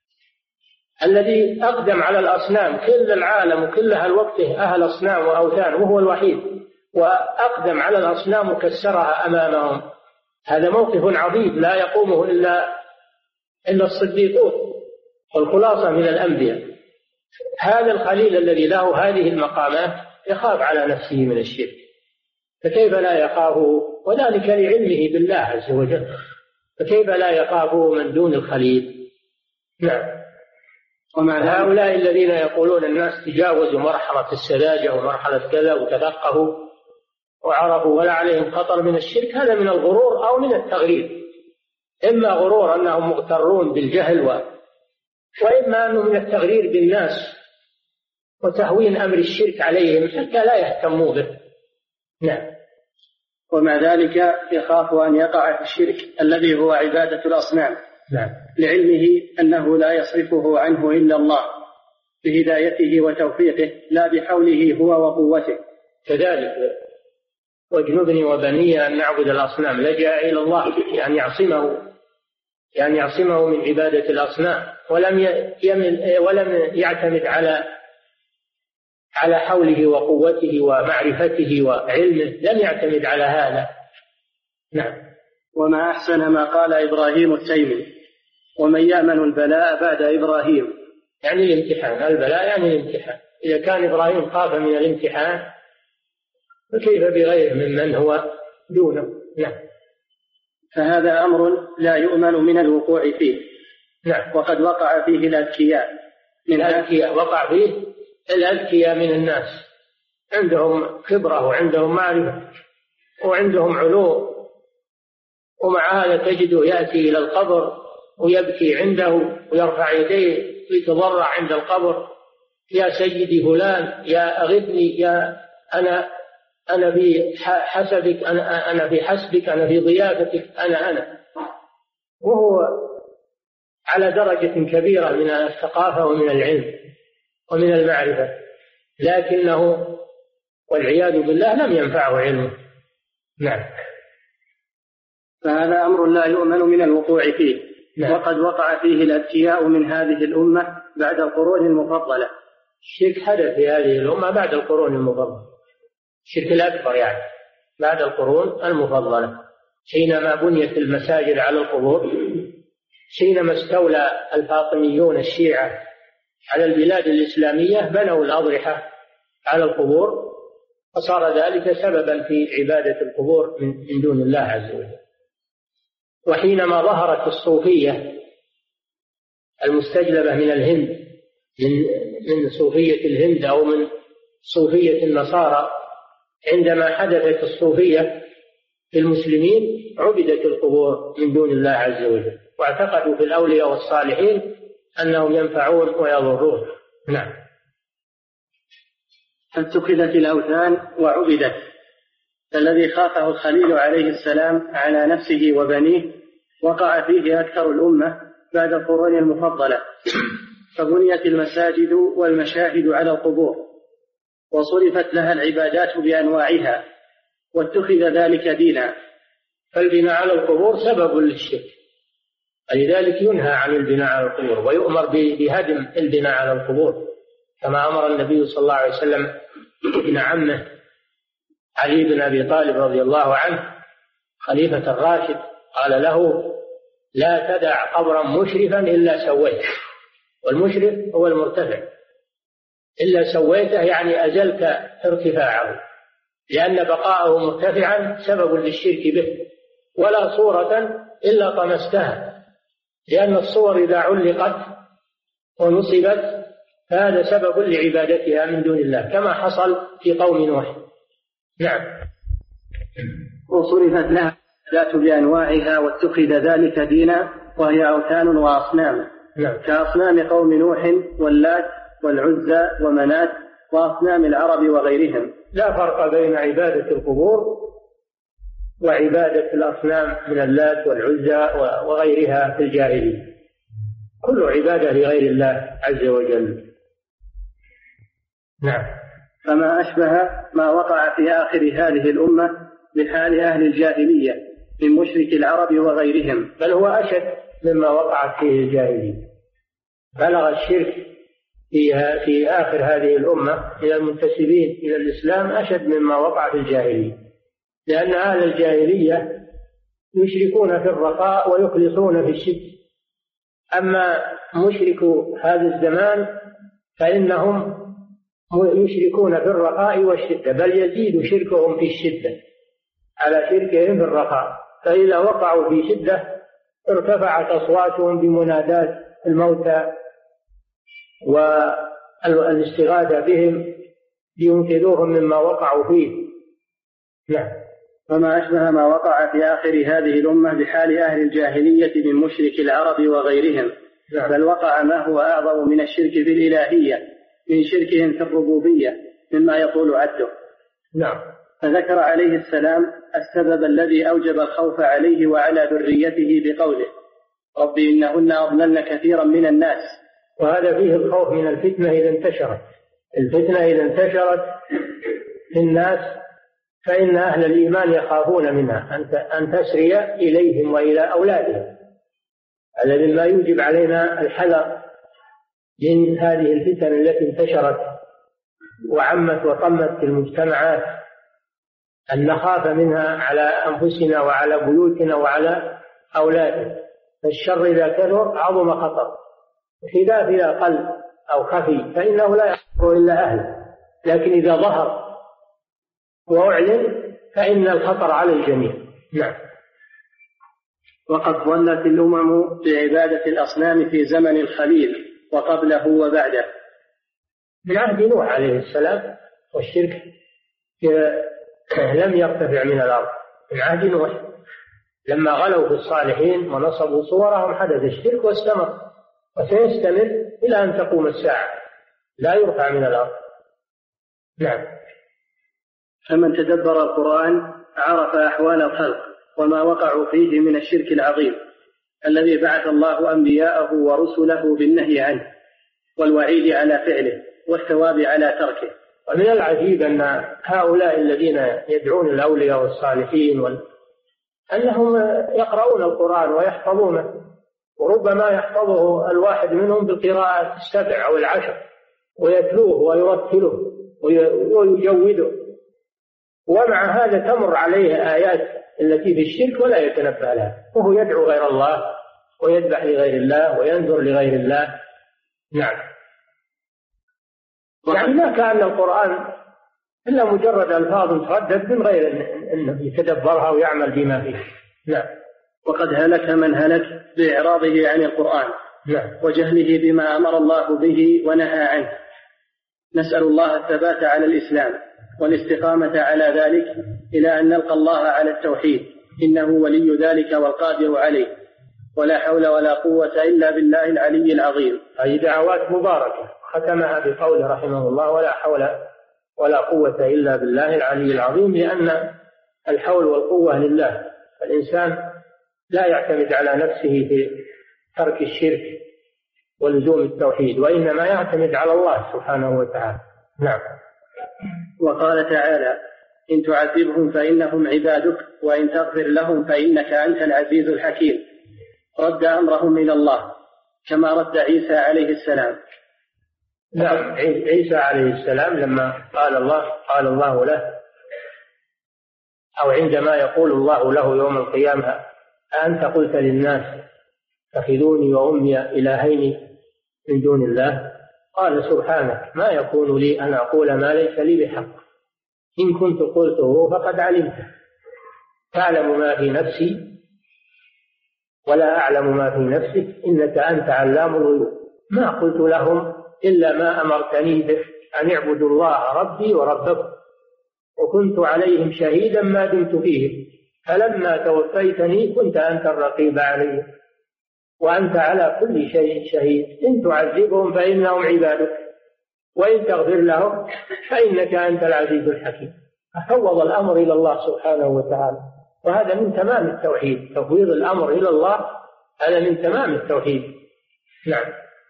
الذي أقدم على الأصنام. كل العالم وكلها الوقت أهل أصنام وأوثان وهو الوحيد، وأقدم على الأصنام وكسرها أمامهم. هذا موقف عظيم لا يقومه إلا الصديقون والخلاصة من الأنبياء. هذا الخليل الذي له هذه المقامات يخاف على نفسه من الشرك، فكيف لا يخافه؟ وذلك لعلمه بالله عز وجل، فكيف لا يخافه من دون الخليل؟ نعم. ومع هؤلاء الذين يقولون الناس تجاوزوا مرحلة السذاجة ومرحلة كذا وتفقهوا وعرفوا ولا عليهم خطر من الشرك، هذا من الغرور أو من التغرير. إما غرور أنهم مغترون بالجهل، وإما أنه من التغرير بالناس وتهوين أمر الشرك عليهم حتى لا يهتموا به. نعم. ومع ذلك يخاف أن يقع في الشرك الذي هو عبادة الأصنام. نعم. لعلمه أنه لا يصرفه عنه إلا الله بهدايته وتوفيقه لا بحوله هو وقوته. كذلك واجنبني وبني أن نعبد الأصنام لجأ إلى الله يعني يعصمه من عبادة الأصنام، ولم يعتمد على حوله وقوته ومعرفته وعلمه، لم يعتمد على هذا. نعم. وما أحسن ما قال إبراهيم التيمي ومن يأمن البلاء بعد إبراهيم، يعني الامتحان. البلاء يعني الامتحان. إذا كان إبراهيم خاف من الامتحان فكيف بغيره ممن هو دونه؟ نعم. فهذا أمر لا يؤمن من الوقوع فيه. نعم. وقد وقع فيه الأذكياء وقع فيه الأذكياء من الناس، عندهم خبرة وعندهم معرفة وعندهم علوم، ومع هذا تجده يأتي إلى القبر ويبكي عنده ويرفع يديه ويتضرع عند القبر: يا سيدي فلان، يا أغثني، يا أنا في حسبك، أنا في حسبك، أنا في ضيافتك، أنا وهو على درجة كبيرة من الثقافة ومن العلم ومن المعرفة، لكنه والعياذ بالله لم ينفعه علمه. نعم. فهذا أمر لا يؤمن من الوقوع فيه. نعم. وقد وقع فيه الأذكياء من هذه الأمة بعد القرون المفضلة. الشرك حدث في هذه الأمة بعد القرون المفضلة، الشرك الأكبر يعني بعد القرون المفضلة، حينما بنيت المساجد على القبور، حينما استولى الفاطميون الشيعة على البلاد الإسلامية بنوا الأضرحة على القبور، فصار ذلك سببا في عبادة القبور من دون الله عز وجل. وحينما ظهرت الصوفية المستجلبة من الهند، من صوفية الهند أو من صوفية النصارى، عندما حدثت الصوفية في المسلمين عبدت القبور من دون الله عز وجل، واعتقدوا في الأولياء والصالحين أنهم ينفعون ويضرون. نعم. فاتخذت الأوثان وعبدت. الذي خافه الخليل عليه السلام على نفسه وبنيه وقع فيه أكثر الأمة بعد القرون المفضلة، فبنيت المساجد والمشاهد على القبور، وصرفت لها العبادات بأنواعها، واتخذ ذلك دينا. فالبناء على القبور سبب للشرك، لذلك ينهى عن البناء على القبور، ويؤمر بهدم البناء على القبور، كما أمر النبي صلى الله عليه وسلم ابن عمه علي بن أبي طالب رضي الله عنه خليفة الراشد، قال له: لا تدع قبرا مشرفا إلا سويته. والمشرف هو المرتفع، إلا سويته يعني أزلت ارتفاعه، لأن بقاءه مرتفعا سبب للشرك به. ولا صورة إلا طمستها، لأن الصور إذا علقت ونصبت فهذا سبب لعبادتها من دون الله، كما حصل في قوم نوح. نعم. وصرفت لها ذات بأنواعها، واتخذ ذلك دينا، وهي أوثان وأصنام. نعم. كأصنام قوم نوح واللات والعزى ومنات وأصنام العرب وغيرهم. لا فرق بين عبادة القبور وعبادة الأصنام من اللات والعزى وغيرها في الجاهلية، كل عبادة لغير الله عز وجل. نعم. فما أشبه ما وقع في آخر هذه الأمة بحال أهل الجاهلية من مشرك العرب وغيرهم، بل هو أشد مما وقعت فيه الجاهلية. بلغ الشرك في آخر هذه الأمة من المنتسبين إلى الإسلام أشد مما وقع في الجاهلية، لأن أهل الجاهلية يشركون في الرخاء ويخلصون في الشدة، أما مشركو هذا الزمان فإنهم يشركون في الرخاء والشدة، بل يزيد شركهم في الشدة على شركهم في الرخاء، فإذا وقعوا في شدة ارتفعت أصواتهم بمنادات الموتى والاستغاثة بهم لينقذوهم مما وقعوا فيه. نعم. وما أشبه ما وقع في آخر هذه الأمة بحال أهل الجاهلية من مشرك العرب وغيرهم. نعم. بل وقع ما هو أعظم من الشرك في الإلهية من شركهم في الربوبية مما يطول عده. نعم. فذكر عليه السلام السبب الذي أوجب الخوف عليه وعلى ذريته بقوله: رب إنهن أضللن كثيرا من الناس. وهذا فيه الخوف من الفتنة إذا انتشرت. الفتنة إذا انتشرت في الناس فإن أهل الإيمان يخافون منها أن تسري إليهم وإلى أولادهم. هذا مما يوجب علينا الحذر من هذه الفتن التي انتشرت وعمت وطمت في المجتمعات، أن نخاف منها على أنفسنا وعلى بيوتنا وعلى أولادنا. فالشر إذا كثر عظم خطر، خلاف إذا قل أو خفي فإنه لا يخطر إلا أهله، لكن إذا ظهر وأعلن فإن الخطر على الجميع. نعم. وقد ظلت الأمم بعبادة الأصنام في زمن الخليل وقبله وبعده. من عهد نوح عليه السلام والشرك لم يرتفع من الأرض. من عهد نوح لما غلوا في الصالحين ونصبوا صورهم حدث الشرك واستمر وسيستمر إلى أن تقوم الساعة، لا يرفع من الأرض. نعم. فمن تدبر القرآن عرف أحوال الخلق وما وقعوا فيه من الشرك العظيم الذي بعث الله أنبياءه ورسله بالنهي عنه والوعيد على فعله والثواب على تركه. ومن العجيب أن هؤلاء الذين يدعون الأولياء والصالحين أنهم يقرؤون القرآن ويحفظونه، وربما يحفظه الواحد منهم بالقراءة 7 أو 10 ويتلوه ويرتله ويجوده، ومع هذا تمر عليه آيات التي في الشرك ولا يتنبه لها، وهو يدعو غير الله ويذبح لغير الله وينذر لغير الله. نعم. يعني ما كان القرآن إلا مجرد ألفاظ تردد من غير أن يتدبرها ويعمل بما فيه. نعم. وقد هلك من هلك بإعراضه عن القرآن وجهله بما أمر الله به ونهى عنه. نسأل الله الثبات على الإسلام والاستقامة على ذلك إلى أن نلقى الله على التوحيد، إنه ولي ذلك والقادر عليه، ولا حول ولا قوة إلا بالله العلي العظيم. هذه دعوات مباركة ختمها بقوله رحمه الله: ولا حول ولا قوة إلا بالله العلي العظيم، لأن الحول والقوة لله. الإنسان لا يعتمد على نفسه في ترك الشرك ولزوم التوحيد، وإنما يعتمد على الله سبحانه وتعالى. نعم. وقال تعالى: إن تعذبهم فإنهم عبادك وإن تغفر لهم فإنك أنت العزيز الحكيم. رد أمرهم إلى الله كما رد عيسى عليه السلام. نعم. عيسى عليه السلام لما قال الله له، أو عندما يقول الله له يوم القيامة: أأنت قلت للناس اتخذوني وأمي إلهين من دون الله؟ قال: سبحانك، ما يكون لي أن أقول ما ليس لي بحق، إن كنت قلته فقد علمته، تعلم ما في نفسي ولا أعلم ما في نفسك، إنك أنت علام الغيوب. ما قلت لهم إلا ما أمرتني به، أن اعبدوا الله ربي وربكم، وكنت عليهم شهيدا ما دمت فيهم، فلما توفيتني كنت أنت الرقيب عليهم، وأنت على كل شيء شهيد. إن تعذبهم فإنهم عبادك وإن تغفر لهم فإنك أنت العزيز الحكيم. ففوض الأمر إلى الله سبحانه وتعالى، وهذا من تمام التوحيد. تفويض الأمر إلى الله هذا من تمام التوحيد. نعم.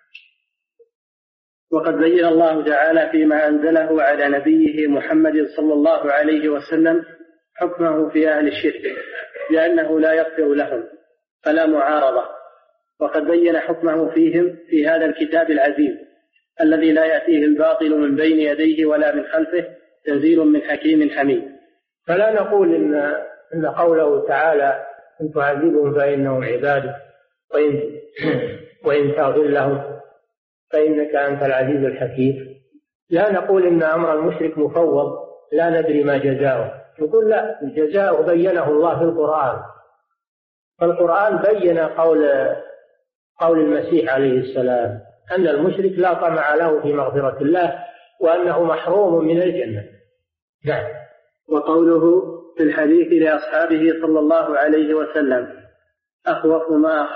وقد بين الله تعالى فيما أنزله على نبيه محمد صلى الله عليه وسلم حكمه في أهل الشرك بأنه لا يغفر لهم فلا معارضة، وقد بين حكمه فيهم في هذا الكتاب العزيز الذي لا يأتيه الباطل من بين يديه ولا من خلفه، تنزيل من حكيم حميد. فلا نقول إن قوله تعالى: إن تعذبهم فإنهم عبادك وإن تغفر لهم فإنك أنت العزيز الحكيم، لا نقول إن أمر المشرك مفوض لا ندري ما جزاؤه. نقول لا، الجزاء بينه الله في القرآن، فالقرآن بين قول المسيح عليه السلام أن المشرك لا طمع له في مغفرة الله وأنه محروم من الجنة. نعم. وقوله في الحديث لأصحابه صلى الله عليه وسلم: أخوف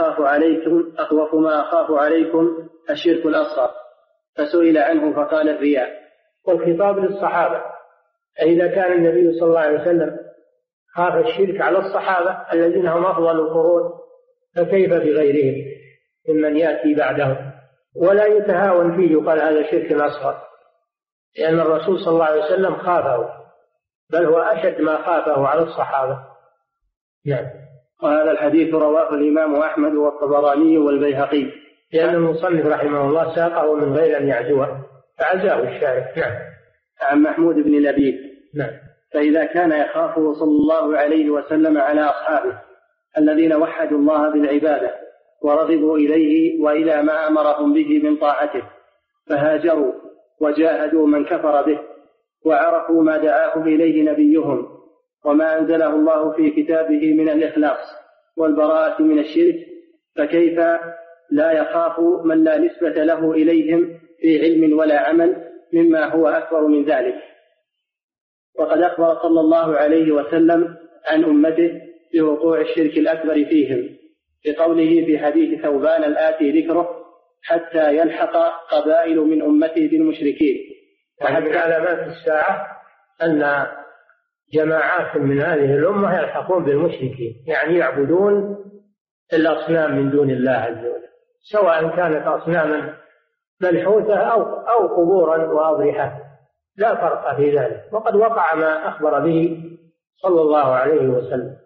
ما أخاف عليكم الشرك الأصغر، فسئل عنه فقال: الرياء. والخطاب للصحابة، إذا كان النبي صلى الله عليه وسلم خاف الشرك على الصحابة الذين هم أفضل القرون، فكيف بغيرهم ممن يأتي بعدهم؟ ولا يتهاون فيه يقال هذا شرك أصغر، لأن الرسول صلى الله عليه وسلم خافه، بل هو أشد ما خافه على الصحابة. نعم. وهذا الحديث رواه الإمام أحمد والطبراني والبيهقي، لأن المصنف رحمه الله ساقه من غير أن يعزوه فعزاه الشارح. نعم. عن محمود بن لبيد. نعم. فإذا كان يخافه صلى الله عليه وسلم على أصحابه الذين وحدوا الله بالعبادة ورغبوا إليه وإلى ما أمرهم به من طاعته، فهاجروا وجاهدوا من كفر به وعرفوا ما دعاهم إليه نبيهم وما أنزله الله في كتابه من الإخلاص والبراءة من الشرك، فكيف لا يخاف من لا نسبة له إليهم في علم ولا عمل مما هو أكبر من ذلك؟ وقد أخبر صلى الله عليه وسلم عن أمته بوقوع الشرك الأكبر فيهم بقوله في حديث ثوبان الآتي ذكره: حتى يلحق قبائل من أمتي بالمشركين. ومن علامات الساعة أن جماعات من هذه الأمة يلحقون بالمشركين، يعني يعبدون الأصنام من دون الله عز وجل، سواء كانت أصناما منحوتة أو قبورا وأضرحة، لا فرق في ذلك. وقد وقع ما أخبر به صلى الله عليه وسلم.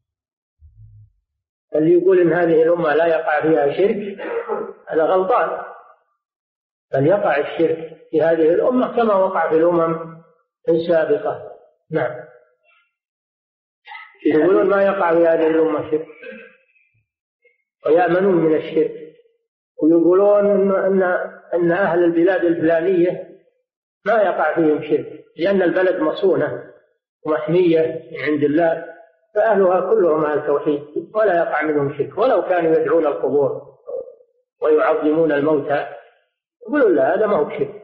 اللي يقول إن هذه الأمة لا يقع فيها شرك هذا غلطان، بل يقع الشرك في هذه الأمة كما وقع في الأمم السابقة. نعم. يقولون ما يقع في هذه الأمة شرك ويأمنون من الشرك، ويقولون أن أهل البلاد الفلانية ما يقع فيهم شرك، لأن البلد مصونة ومحمية عند الله، فأهلها كلهم أهل توحيد ولا يقع منهم شرك، ولو كانوا يدعون القبور ويعظمون الموتى يقولوا لا هذا ما هو شرك.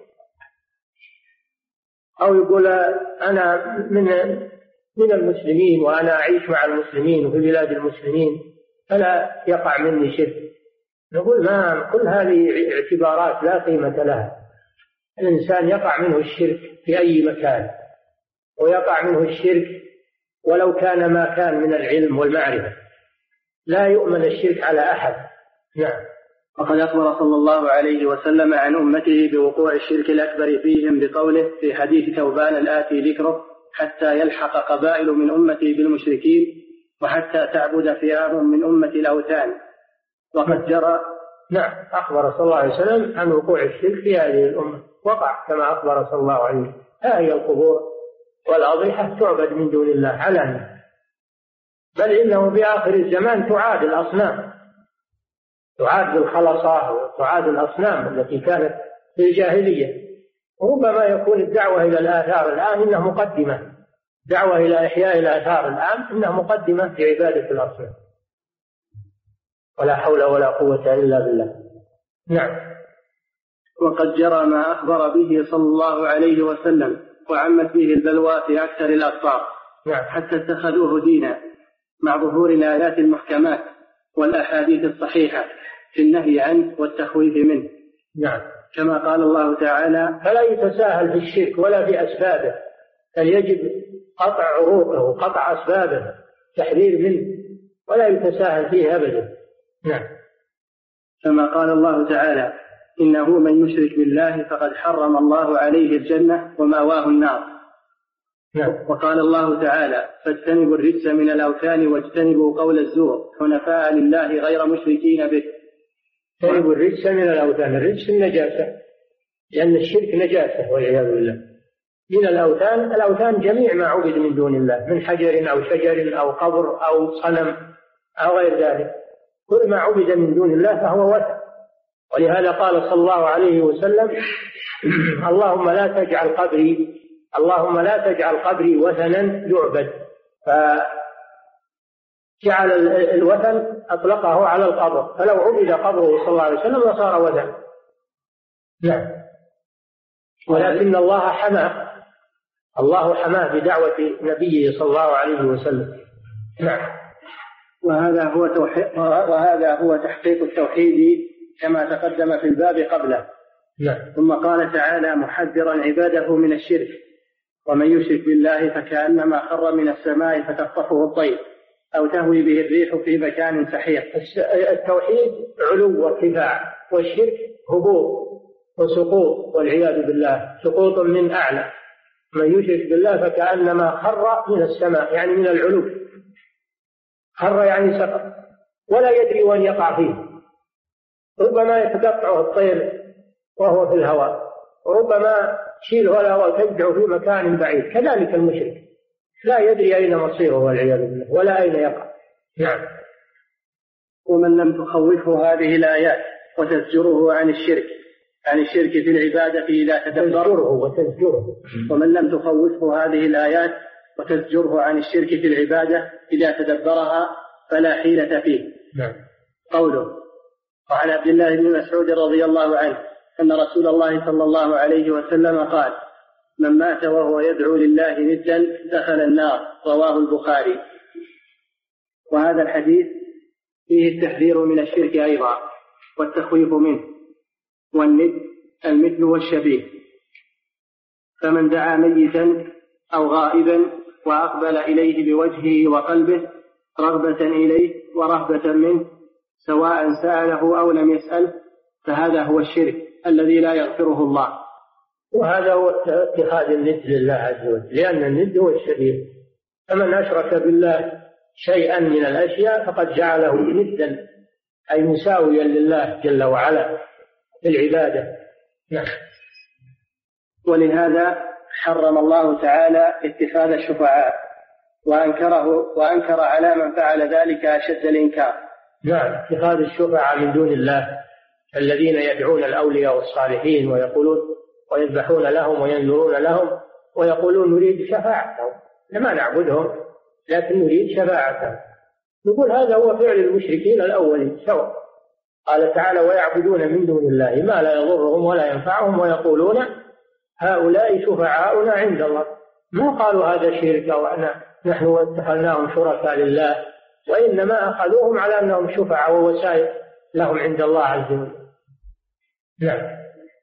أو يقول أنا من المسلمين وأنا أعيش مع المسلمين وفي بلاد المسلمين فلا يقع مني شرك. نقول ما كل هذه اعتبارات لا قيمة لها. الإنسان يقع منه الشرك في أي مكان، ويقع منه الشرك ولو كان ما كان من العلم والمعرفة، لا يؤمن الشرك على أحد. نعم. وقد أخبر صلى الله عليه وسلم عن أمته بوقوع الشرك الأكبر فيهم بقوله في حديث ثوبان الآتي ذكره: حتى يلحق قبائل من أمتي بالمشركين وحتى تعبد فئام من أمة الأوثان. وقد جرى. نعم، أخبر صلى الله عليه وسلم عن وقوع الشرك في هذه الأمة، وقع كما أخبر صلى الله عليه وسلم. هذه القبور والأضرحة تعبد من دون الله علنا، بل إنه في آخر الزمان تعاد الأصنام، تعاد بالخلصة وتعاد الأصنام التي كانت في الجاهلية. وربما يكون الدعوة إلى الآثار الآن إنها مقدمة، دعوة إلى إحياء الآثار الآن إنها مقدمة في عبادة الأصنام. ولا حول ولا قوة إلا بالله. نعم. وقد جرى ما أخبر به صلى الله عليه وسلم وعمت به البلوى في أكثر الأقطار. نعم. حتى اتخذوه دينا، مع ظهور الآيات المحكمات والأحاديث الصحيحة في النهي عنه والتخويف منه. نعم. كما قال الله تعالى: فلا يتساهل في الشرك ولا في أسبابه، بل يجب قطع عروقه وقطع أسبابه، تحذير منه، ولا يتساهل فيه أبدا. نعم. كما قال الله تعالى: إنه من يشرك بالله فقد حرم الله عليه الجنة ومأواه النار. نعم. وقال الله تعالى: فاجتنبوا الرجس من الأوثان واجتنبوا قول الزور حنفاء لله غير مشركين به. اجتنبوا الرجس من الأوثان، الرجس النجاسة، لأن الشرك نجاسة والعياذ بالله. من الأوثان، الأوثان جميع ما عبد من دون الله، من حجر أو شجر أو قبر أو صنم أو غير ذلك، كل ما عبد من دون الله فهو وثن. ولهذا قال صلى الله عليه وسلم: اللهم لا تجعل قبري وثنا يعبد. فجعل الوثن أطلقه على القبر، فلو عبد قبره صلى الله عليه وسلم لصار وثن. نعم. ولكن الله حماه بدعوة نبيه صلى الله عليه وسلم. نعم. وهذا هو تحقيق التوحيد كما تقدم في الباب قبله. نعم. ثم قال تعالى محذرا عباده من الشرك: ومن يشرك بالله فكأنما خر من السماء فتخطفه الطير أو تهوي به الريح في مكان سحيق. التوحيد علو وارتفاع، والشرك هبوط وسقوط والعياذ بالله، سقوط من أعلى. من يشرك بالله فكأنما خر من السماء، يعني من العلو. خر يعني سقط ولا يدري وين يقع فيه، ربما يتقطعه الطير وهو في الهواء، وربما تشيله الهواء تبدع في مكان بعيد. كذلك المشرك لا يدري أين مصيره والعياذ بالله ولا أين يقع. نعم. ومن لم تخوفه هذه الآيات وتزجره عن الشرك في العبادة إذا تدبر ومن لم تخوفه هذه الآيات وتزجره عن الشرك في العبادة إذا تدبرها فلا حيلة فيه. نعم. قوله: وعن عبد الله بن مسعود رضي الله عنه أن رسول الله صلى الله عليه وسلم قال: من مات وهو يدعو لله ندا دخل النار. رواه البخاري. وهذا الحديث فيه التحذير من الشرك أيضا والتخويف منه، والند المثل والشبيه. فمن دعا ميتا أو غائبا وأقبل إليه بوجهه وقلبه رغبة إليه ورهبة منه سواء سأله أو لم يسأل فهذا هو الشرك الذي لا يغفره الله. وهذا هو اتخاذ الند لله عز وجل، لأن الند هو الشبيه. فمن أشرك بالله شيئا من الأشياء فقد جعله ندا، أي مساويا لله جل وعلا في العبادة. نعم. ولهذا حرم الله تعالى اتخاذ الشفعاء وأنكر على من فعل ذلك أشد الإنكار. نعم. اتخاذ الشفعاء من دون الله الذين يدعون الأولياء والصالحين ويقولون ويذبحون لهم وينذرون لهم ويقولون نريد شفاعتهم، لما نعبدهم لكن نريد شفاعتهم. نقول هذا هو فعل المشركين الأولين سواء. قال تعالى ويعبدون من دون الله ما لا يضرهم ولا ينفعهم ويقولون هؤلاء شفعاؤنا عند الله. ما قالوا هذا شرك أو نحن اتخذناهم شركاء لله، وإنما أخذوهم على أنهم شفعاء ووسائل لهم عند الله عز وجل. نعم.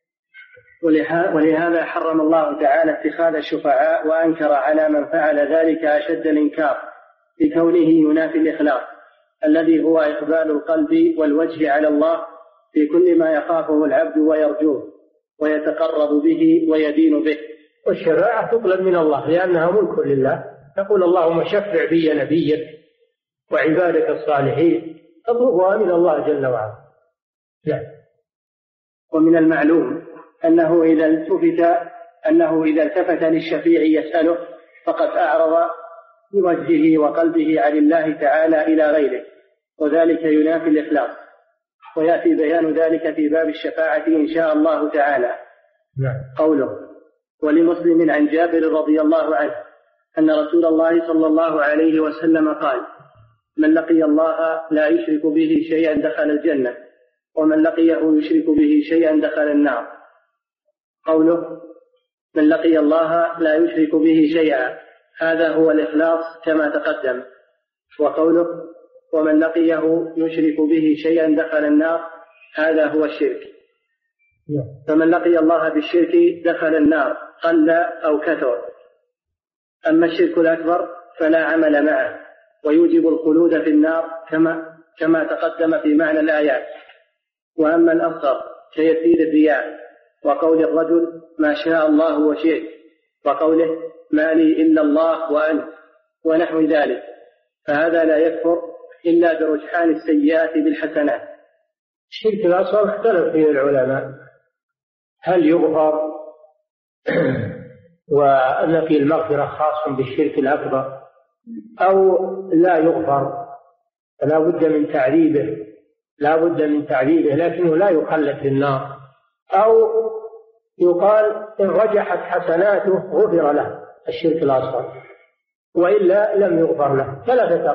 ولهذا حرم الله تعالى اتخاذ الشفعاء، وأنكر على من فعل ذلك أشد الإنكار بكونه ينافي الإخلاص الذي هو إقبال القلب والوجه على الله في كل ما يخافه العبد ويرجوه ويتقرب به ويدين به. والشفاعة تطلب من الله لأنها ملك لله. يقول اللهم شفع بي نبيك وعبادك الصالحين، تطلبها من الله جل وعلا. لا. ومن المعلوم أنه إذا التفت للشفيع يسأله فقد أعرض بوجهه وقلبه عن الله تعالى إلى غيره، وذلك ينافي الإخلاص، ويأتي بيان ذلك في باب الشفاعة إن شاء الله تعالى. قوله ولمسلم عن جابر رضي الله عنه أن رسول الله صلى الله عليه وسلم قال من لقي الله لا يشرك به شيئا دخل الجنة، ومن لقيه يشرك به شيئا دخل النار. قوله من لقي الله لا يشرك به شيئا هذا هو الإخلاص كما تقدم. وقوله ومن لقيه يشرك به شيئا دخل النار هذا هو الشرك. فمن لقي الله بالشرك دخل النار قل أو كثر. أما الشرك الأكبر فلا عمل معه ويوجب الخلود في النار كما تقدم في معنى الآيات. وأما الأصغر كيسير الرياء وقول الرجل ما شاء الله وشئت، وقوله ما لي إلا الله وأنت ونحو ذلك، فهذا لا يكفر إلا برجحان السيئات بالحسنات. الشرك الأصغر اختلف فيه العلماء هل يغفر وأن في المغفرة خاص بالشرك الأكبر أو لا يغفر، فلا بد من تعذيبه لكنه لا يخلد في النار، أو يقال إن رجحت حسناته غفر له الشرك الأصغر وإلا لم يغفر له. ثلاثة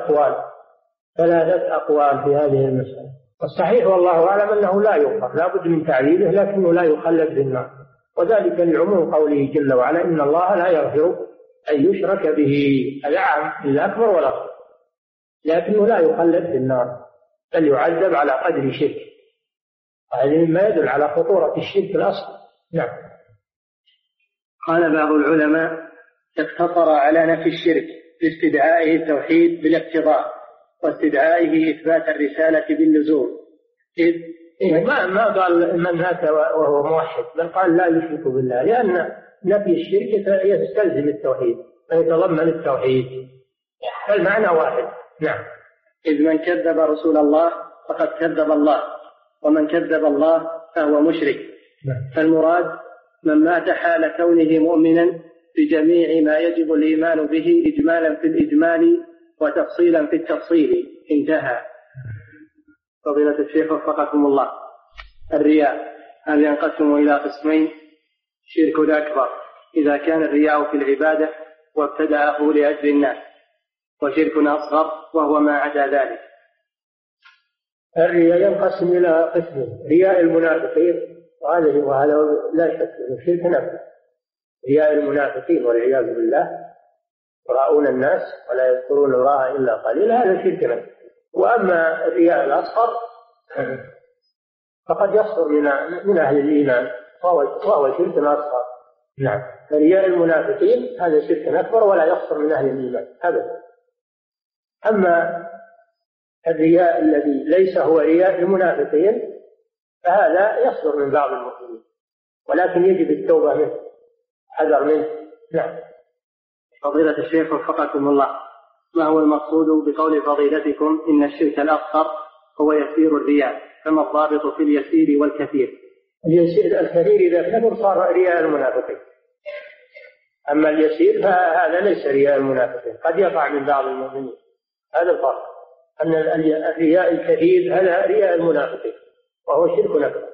أقوال في هذه المسألة. والصحيح والله أعلم أنه لا يغفر، لا بد من تعذيبه لكنه لا يخلد في النار، وذلك لعموم قوله جل وعلا إن الله لا يغفر أن يشرك به، العام الأكبر والأصغر، لكنه لا يخلد في النار بل يعذب على قدر شرك. هذا مما يدل على خطورة الشرك الأصغر. نعم. قال بعض العلماء اقتصر على نفي الشرك باستدعائه التوحيد بالاقتضاء واستدعائه إثبات الرسالة باللزوم، ما قال من مات وهو موحد، بل قال لا يشرك بالله، لأن نفي الشرك يستلزم التوحيد ويتضمن التوحيد، فالمعنى واحد. نعم. إذ من كذب رسول الله فقد كذب الله، ومن كذب الله فهو مشرك. فالمراد من مات حال كونه مؤمنا بجميع ما يجب الإيمان به إجمالا في الإجمال وتفصيلا في التفصيل. انتهى. فضيلة الشيخ وفقكم الله. الرياء هذا ينقسم إلى قسمين: شرك أكبر إذا كان الرياء في العبادة وابتدأه لأجل الناس، وشرك أصغر وهو ما عدا ذلك. الرياء ينقسم إلى قسمين: رياء المنافقين، وهذا لا شك انه شرك نفسه، رياء المنافقين والعياذ بالله، يراؤون الناس ولا يذكرون الله إلا قليلا، هذا شرك نفسه. وأما الرياء الأصغر فقد يصدر من أهل الإيمان وهو شرك أصغر. نعم. فرياء المنافقين هذا شرك أكبر ولا يصدر من أهل الإيمان أبدا. أما الرياء الذي ليس هو رياء المنافقين فهذا يصدر من بعض المؤمنين، ولكن يجب التوبة منه، حذر منه. نعم. فضيلة الشيخ وفقكم الله، ما هو المقصود بقول فضيلتكم إن الشرك الأصغر هو يسير الرياء، فما الضابط في اليسير والكثير؟ اليسير الكثير إذا كبر صار رياء المنافقين، أما اليسير فهذا ليس رياء المنافقين، قد يقع من بعض المؤمنين. هذا الفرق، أن الرياء الكثير هذا رياء المنافقين وهو شرك أكبر.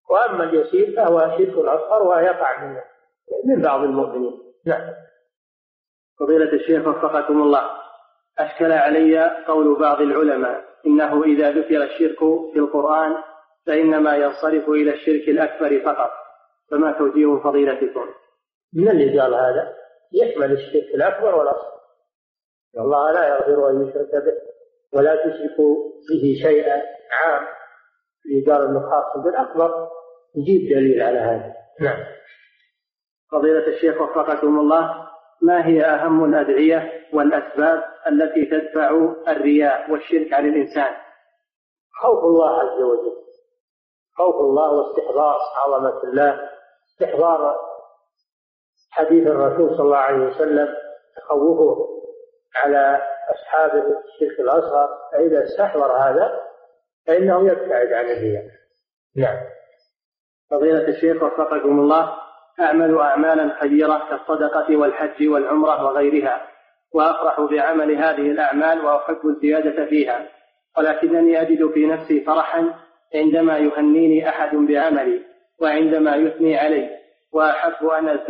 وأما اليسير فهو شرك أصغر ويقع من بعض المؤمنين. نعم. فضيلة الشيخ وفقكم الله، أشكل علي قول بعض العلماء إنه إذا ذكر الشرك في القرآن فإنما ينصرف إلى الشرك الأكبر فقط، فما توجيه فضيلتكم؟ من اللي قال هذا؟ يشمل الشرك الأكبر والأصغر. الله لا يغفر أن يشرك به ولا تشركوا به شيئا عام، اللي قال انه خاص بالأكبر يجيب دليل على هذا. نعم. فضيلة الشيخ وفقكم الله، ما هي أهم الأدعية والأسباب التي تدفع الرياء والشرك عن الإنسان؟ خوف الله عز وجل، خوف الله واستحضار عظمة الله، استحضار حديث الرسول صلى الله عليه وسلم تخوفه على أصحاب الشرك الأصغر، فإذا استحضر هذا فإنه يبتعد عن الرياء. نعم. فضيلة الشيخ وفقكم الله، أعمل أعمالا كبيرة كالصدقة والحج والعمرة وغيرها، وأفرح بعمل هذه الأعمال وأحب الزيادة فيها، ولكنني أجد في نفسي فرحا عندما يهنيني أحد بعملي وعندما يثني علي، وأحب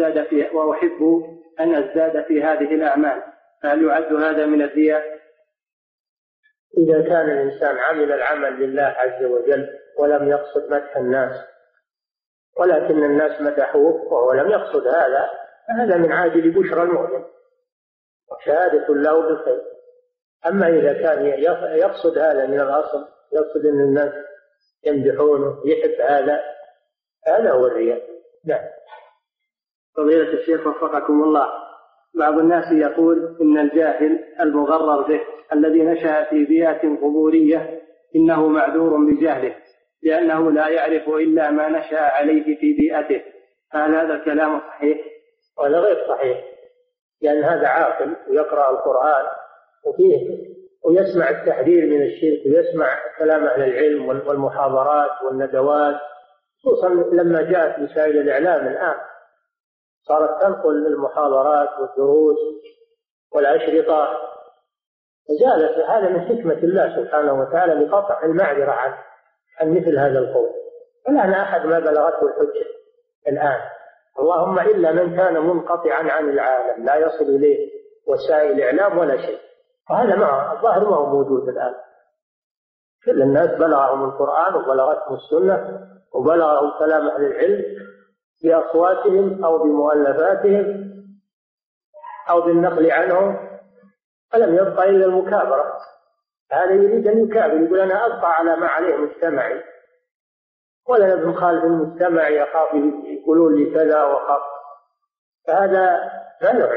أن أزداد في هذه الأعمال، فهل يعد هذا من الرياء؟ إذا كان الإنسان عمل العمل لله عز وجل ولم يقصد مدح الناس، ولكن الناس مدحوه وهو لم يقصد هذا، فهذا من عاجل بشرى المؤمن وشهادة له بالخير. أما إذا كان يقصد هذا من الأصل، يقصد أن الناس يمدحونه يحب هذا هو الرياء. نعم. فضيلة الشيخ وفقكم الله، بعض الناس يقول إن الجاهل المغرر به الذي نشأ في بيئة قبورية إنه معذور بجهله لأنه لا يعرف إلا ما نشأ عليه في بيئته، فهل هذا الكلام صحيح؟ ولا غير صحيح، لأن هذا عاقل ويقرأ القرآن ويسمع التحذير من الشرك ويسمع كلام أهل العلم والمحاضرات والندوات، خصوصا لما جاءت وسائل الإعلام الآن صارت تنقل المحاضرات والدروس والأشرطة، زالت هذا من حكمة الله سبحانه وتعالى لقطع المعذرة عن مثل هذا القول. الآن أحد ما بلغته الحجة الآن، اللهم إلا من كان منقطعا عن العالم لا يصل إليه وسائل إعلام ولا شيء، وهذا الظاهر ما هو موجود الآن. كل الناس بلغهم القرآن وبلغتهم السنة وبلغهم كلام أهل العلم بأصواتهم أو بمؤلفاتهم أو بالنقل عنهم، فلم يبقى إلا المكابرة. هذا يريد أن يكابر، يقول أنا أبقى على ما عليه مجتمعي ولا نبي مخالف المجتمع يخاف يقولون لي كذا وخاف، فهذا لا له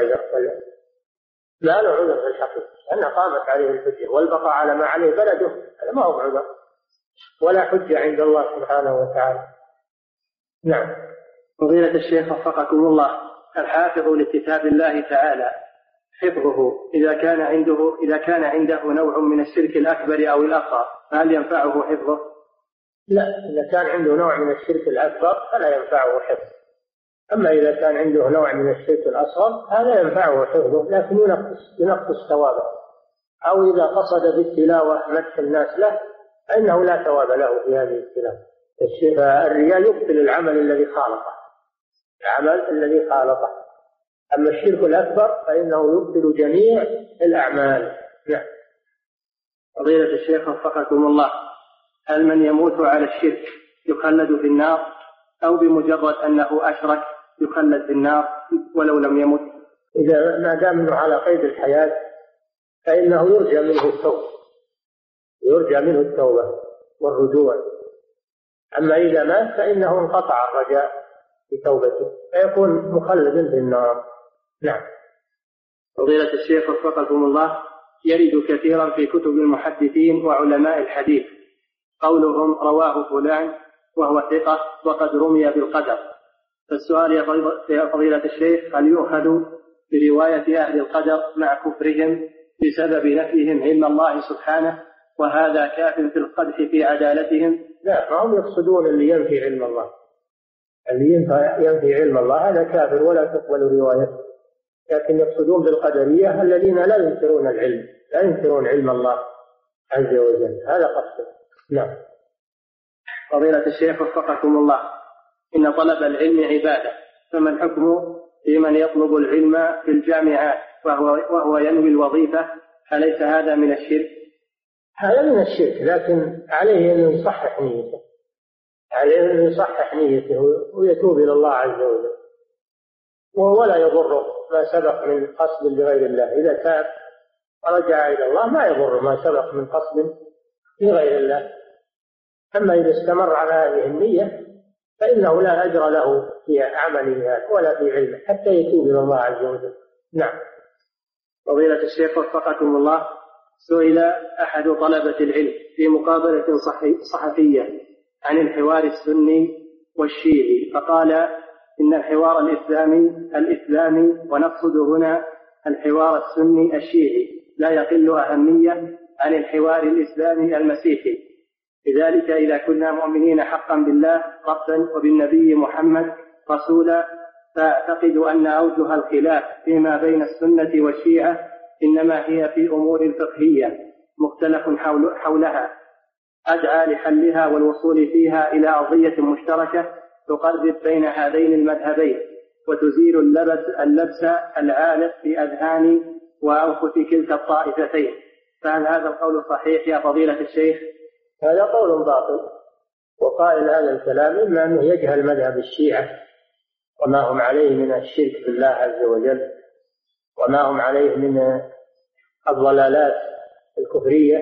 عذر في الحقيقة، أن قامت عليه الحجة والبقاء على ما عليه بلده، هذا ما هو عذر ولا حجة عند الله سبحانه وتعالى. نعم. فضيلة الشيخ وفقكم الله، الحافظ لكتاب الله تعالى حفظه إذا كان عنده نوع من الشرك الأكبر أو الأصغر فهل ينفعه حفظه؟ لا، إذا كان عنده نوع من الشرك الأكبر فلا ينفعه حفظه، أما إذا كان عنده نوع من الشرك الأصغر هذا ينفعه حفظه، لكن ينقص ثوابه. أو إذا قصد بالتلاوة مدح الناس له فإنه لا ثواب له في هذه التلاوة. الرياء يبطل العمل الذي خالطه، أما الشرك الأكبر فإنه يبطل جميع الأعمال. نعم. فضيلة الشيخ وفقكم الله، هل من يموت على الشرك يخلد في النار أو بمجرد أنه أشرك يخلد في النار ولو لم يمت؟ إذا ما دام أنه على قيد الحياة فإنه يرجى منه التوبة والرجوع، أما إذا مات فإنه انقطع الرجاء بتوبته فيكون مخلدا في النار. نعم. فضيلة الشيخ وفقكم الله، يرد كثيرا في كتب المحدثين وعلماء الحديث قولهم رواه فلان وهو ثقة وقد رمي بالقدر، فالسؤال يا فضيلة الشيخ، هل يؤخذ برواية أهل القدر مع كفرهم بسبب نفيهم علم الله سبحانه وهذا كاف في القدح في عدالتهم؟ لا، ما هم يقصدون اللي ينفي علم الله، اللي ينفي علم الله هذا كافر ولا تقبل روايته، لكن يقصدون بالقدرية الذين لا ينكرون العلم، لا ينكرون علم الله عز وجل، هذا قصده. نعم. فضيلة الشيخ وفقكم الله، إن طلب العلم عبادة، فما الحكم في من يطلب العلم في الجامعات وهو ينوي الوظيفة؟ أليس هذا من الشرك؟ هذا من الشرك، لكن عليه أن يصحح نيته، عليه أن يصحح نيته ويتوب إلى الله عز وجل، ولا يضر ما سبق من قصد لغير الله. إذا تاب ورجع إلى الله ما يضر ما سبق من قصد لغير الله. أما إذا استمر على هذه النية فإنه لا أجر له في عمله ولا في علمه حتى يتوب إلى الله عز وجل. نعم. فضيلة الشيخ وفقكم الله، سئل أحد طلبة العلم في مقابلة صحفية عن الحوار السني والشيعي، فقال إن الحوار الإسلامي ونقصد هنا الحوار السني الشيعي لا يقل أهمية عن الحوار الإسلامي المسيحي، لذلك إذا كنا مؤمنين حقا بالله ربا وبالنبي محمد رسولا، فأعتقد أن أوجه الخلاف فيما بين السنة والشيعة إنما هي في أمور فقهية مختلف حولها، أدعى لحلها والوصول فيها إلى قضية مشتركة تقرب بين هذين المذهبين وتزيل اللبس العالق في أذهان وأنفس كلتا الطائفتين، فهل هذا القول صحيح يا فضيلة الشيخ؟ هذا قول باطل، وقائل هذا الكلام إما أنه يجهل مذهب الشيعة وما هم عليه من الشرك بالله عز وجل وما هم عليه من الضلالات الكفرية،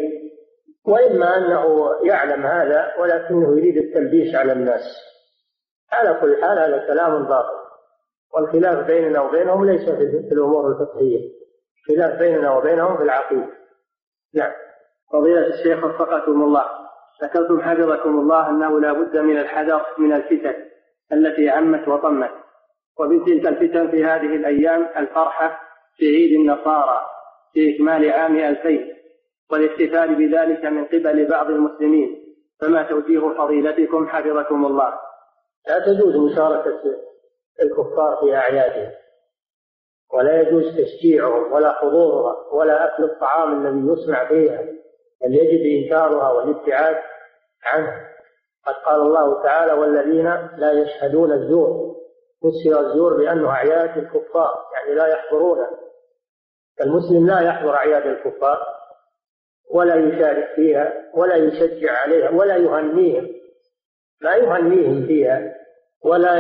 وإما أنه يعلم هذا ولكنه يريد التلبيس على الناس. على كل حال هذا كلام باطل، والخلاف بيننا وبينهم ليس في الأمور الفقهية، خلاف بيننا وبينهم في العقيدة. نعم. فضيلة الشيخ وفقكم الله، ذكرتم حفظكم الله أنه لا بد من الحذر من الفتن التي عمت وطمت، ومن تلك الفتن في هذه الأيام الفرحة في عيد النصارى في إكمال عام 2000 والاحتفال بذلك من قبل بعض المسلمين، فما توجيه فضيلتكم حفظكم الله؟ لا تجوز مشاركة الكفار في أعيادهم، ولا يجوز تشجيعهم ولا حضورها ولا أكل الطعام الذي يصنع فيها، بل يجب إنكارها والابتعاد عنه. قد قال الله تعالى: والذين لا يشهدون الزور، فسر الزور بأنه أعياد الكفار، يعني لا يحضرونها. فالمسلم لا يحضر أعياد الكفار ولا يشارك فيها ولا يشجع عليها ولا يهنيهم، لا يهنيهم فيها، ولا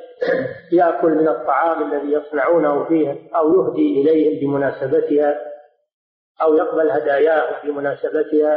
يأكل من الطعام الذي يصنعونه فيها أو يهدي إليهم بمناسبتها أو يقبل هداياهم بمناسبتها.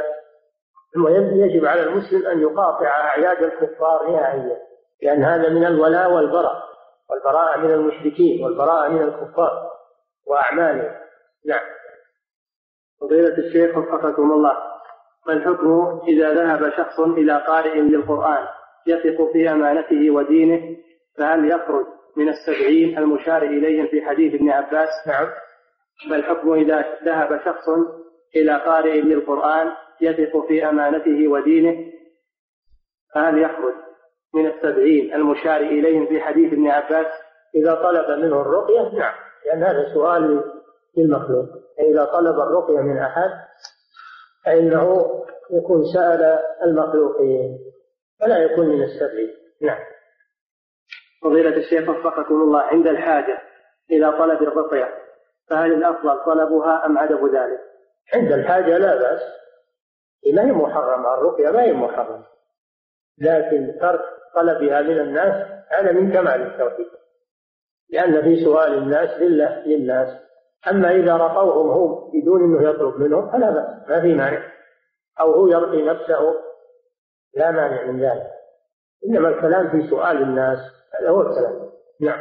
يجب على المسلم أن يقاطع أعياد الكفار نهائيا، لأن هذا من الولاء والبراء، والبراءة من المشركين والبراءة من الكفار وأعمالهم. نعم. فضيلة الشيخ وفقكم الله، ما الحكم إذا ذهب شخص إلى قارئ للقرآن يثق في أمانته ودينه، فهل يخرج من 70 المشار إليهم في حديث ابن عباس؟ نعم. ما الحكم إذا ذهب شخص إلى قارئ للقرآن يثق في أمانته ودينه، فهل يخرج من 70 المشار إليهم في حديث ابن عباس؟ إذا طلب منه الرقية نعم، لأن هذا سؤال للمخلوق. إذا طلب الرقية من أحد فإنه يكون سأل المخلوقين فلا يكون من 70. نعم. فضيلة الشيخ وفقكم الله، عند الحاجة إلى طلب الرقية فهل الأفضل طلبها أم عدم ذلك؟ عند الحاجة لا بأس، ما هي محرمة، الرقية ما هي محرمة، لكن ترك طلبها من الناس هذا من كمال التوحيد، لأن في سؤال الناس للناس. أما إذا رقوهم هم بدون أنه يطلب منهم فلا بأس، ما في مانع، أو هو يرقي نفسه لا مانع من ذلك، إنما الكلام في سؤال الناس هذا هو الكلام. نعم.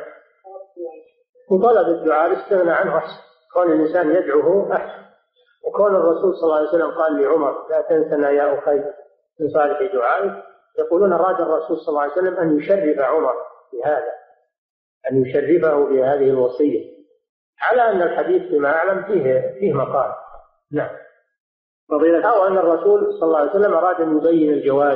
وطلب الدعاء الاستغنى عنه أحسن، كون الإنسان يدعوه أحسن، وكون الرسول صلى الله عليه وسلم قال لعمر: لا تنسنا يا أخي من صالح دعائك. يقولون أراد الرسول صلى الله عليه وسلم أن يشرف عمر بهذا، أن يشرفه بهذه الوصية، على أن الحديث فيما أعلم فيه مقال. نعم. أو أن الرسول صلى الله عليه وسلم أراد أن يبين الجواز.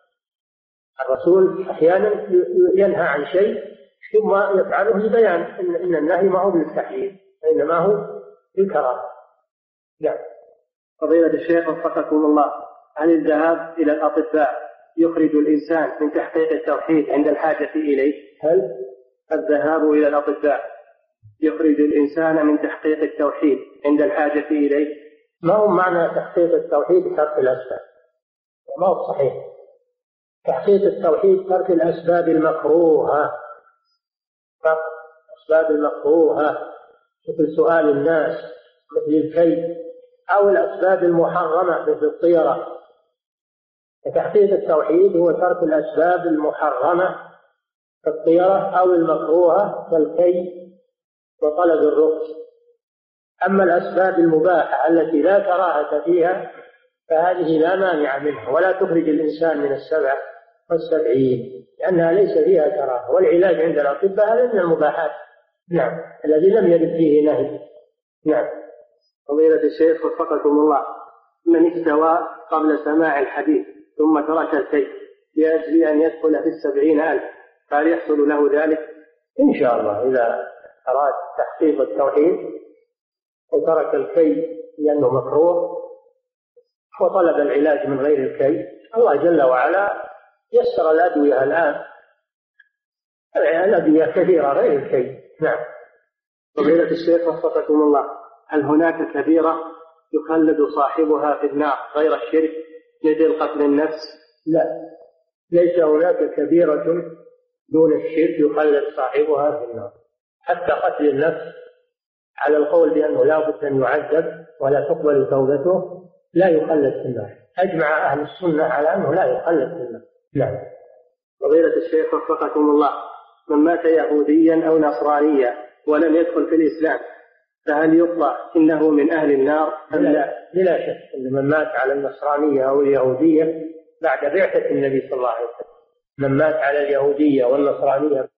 الرسول أحيانا ينهى عن شيء ثم يفعله لبيان إن النهي ما هو للتحليل إنما هو للكراهة. نعم. فضيلة الشيخ وفقكم الله، هل الذهاب إلى الأطباء يخرج الإنسان من تحقيق التوحيد عند الحاجة إليه؟ هل الذهاب إلى الأطباء يخرج الإنسان من تحقيق التوحيد عند الحاجة إليه؟ ما هو معنى تحقيق التوحيد ترك الأسباب، ما هو صحيح. تحقيق التوحيد ترك الأسباب المكروهة، الأسباب المكروهة مثل سؤال الناس، مثل الكي، أو الأسباب المحرمة مثل الطيرة. تحقيق التوحيد هو ترك الأسباب المحرمة كالطيرة أو المكروهة كالكي وطلب الرخص. أما الأسباب المباحة التي لا كراهة فيها فهذه لا مانع منها، ولا تخرج الإنسان من 77 لأنها ليس فيها كراهة. والعلاج عند الأطباء هذا من المباحات، نعم، الذي لم يرد فيه نهي. نعم. فضيلة الشيخ وفقكم الله، من استوى قبل سماع الحديث ثم ترك الكي لأجل أن يدخل في 70,000 هل يحصل له ذلك؟ إن شاء الله إذا أراد تحقيق التوحيد وترك الكي لأنه مكروه وطلب العلاج من غير الكي، الله جل وعلا يسر الأدوية الآن، الأدوية كثيرة غير الكي. نعم. فضيلة الشيخ وفقكم الله، هل هناك كبيرة يخلد صاحبها في النار غير الشرك مثل قتل النفس؟ لا، ليس هناك كبيرة دون الشرك يخلد صاحبها في النار. حتى قتل النفس على القول بأنه لا بد أن يعذب ولا تقبل توبته لا يخلد في النار. أجمع أهل السنة على أنه لا يخلد في النار. نعم. فضيلة الشيخ وفقكم الله، من مات يهوديا أو نصرانيا ولم يدخل في الإسلام فهل يقضى إنه من أهل النار أم لا؟ بلا شك أن من مات على النصرانية أو اليهودية بعد بعثة النبي صلى الله عليه وسلم، من مات على اليهودية والنصرانية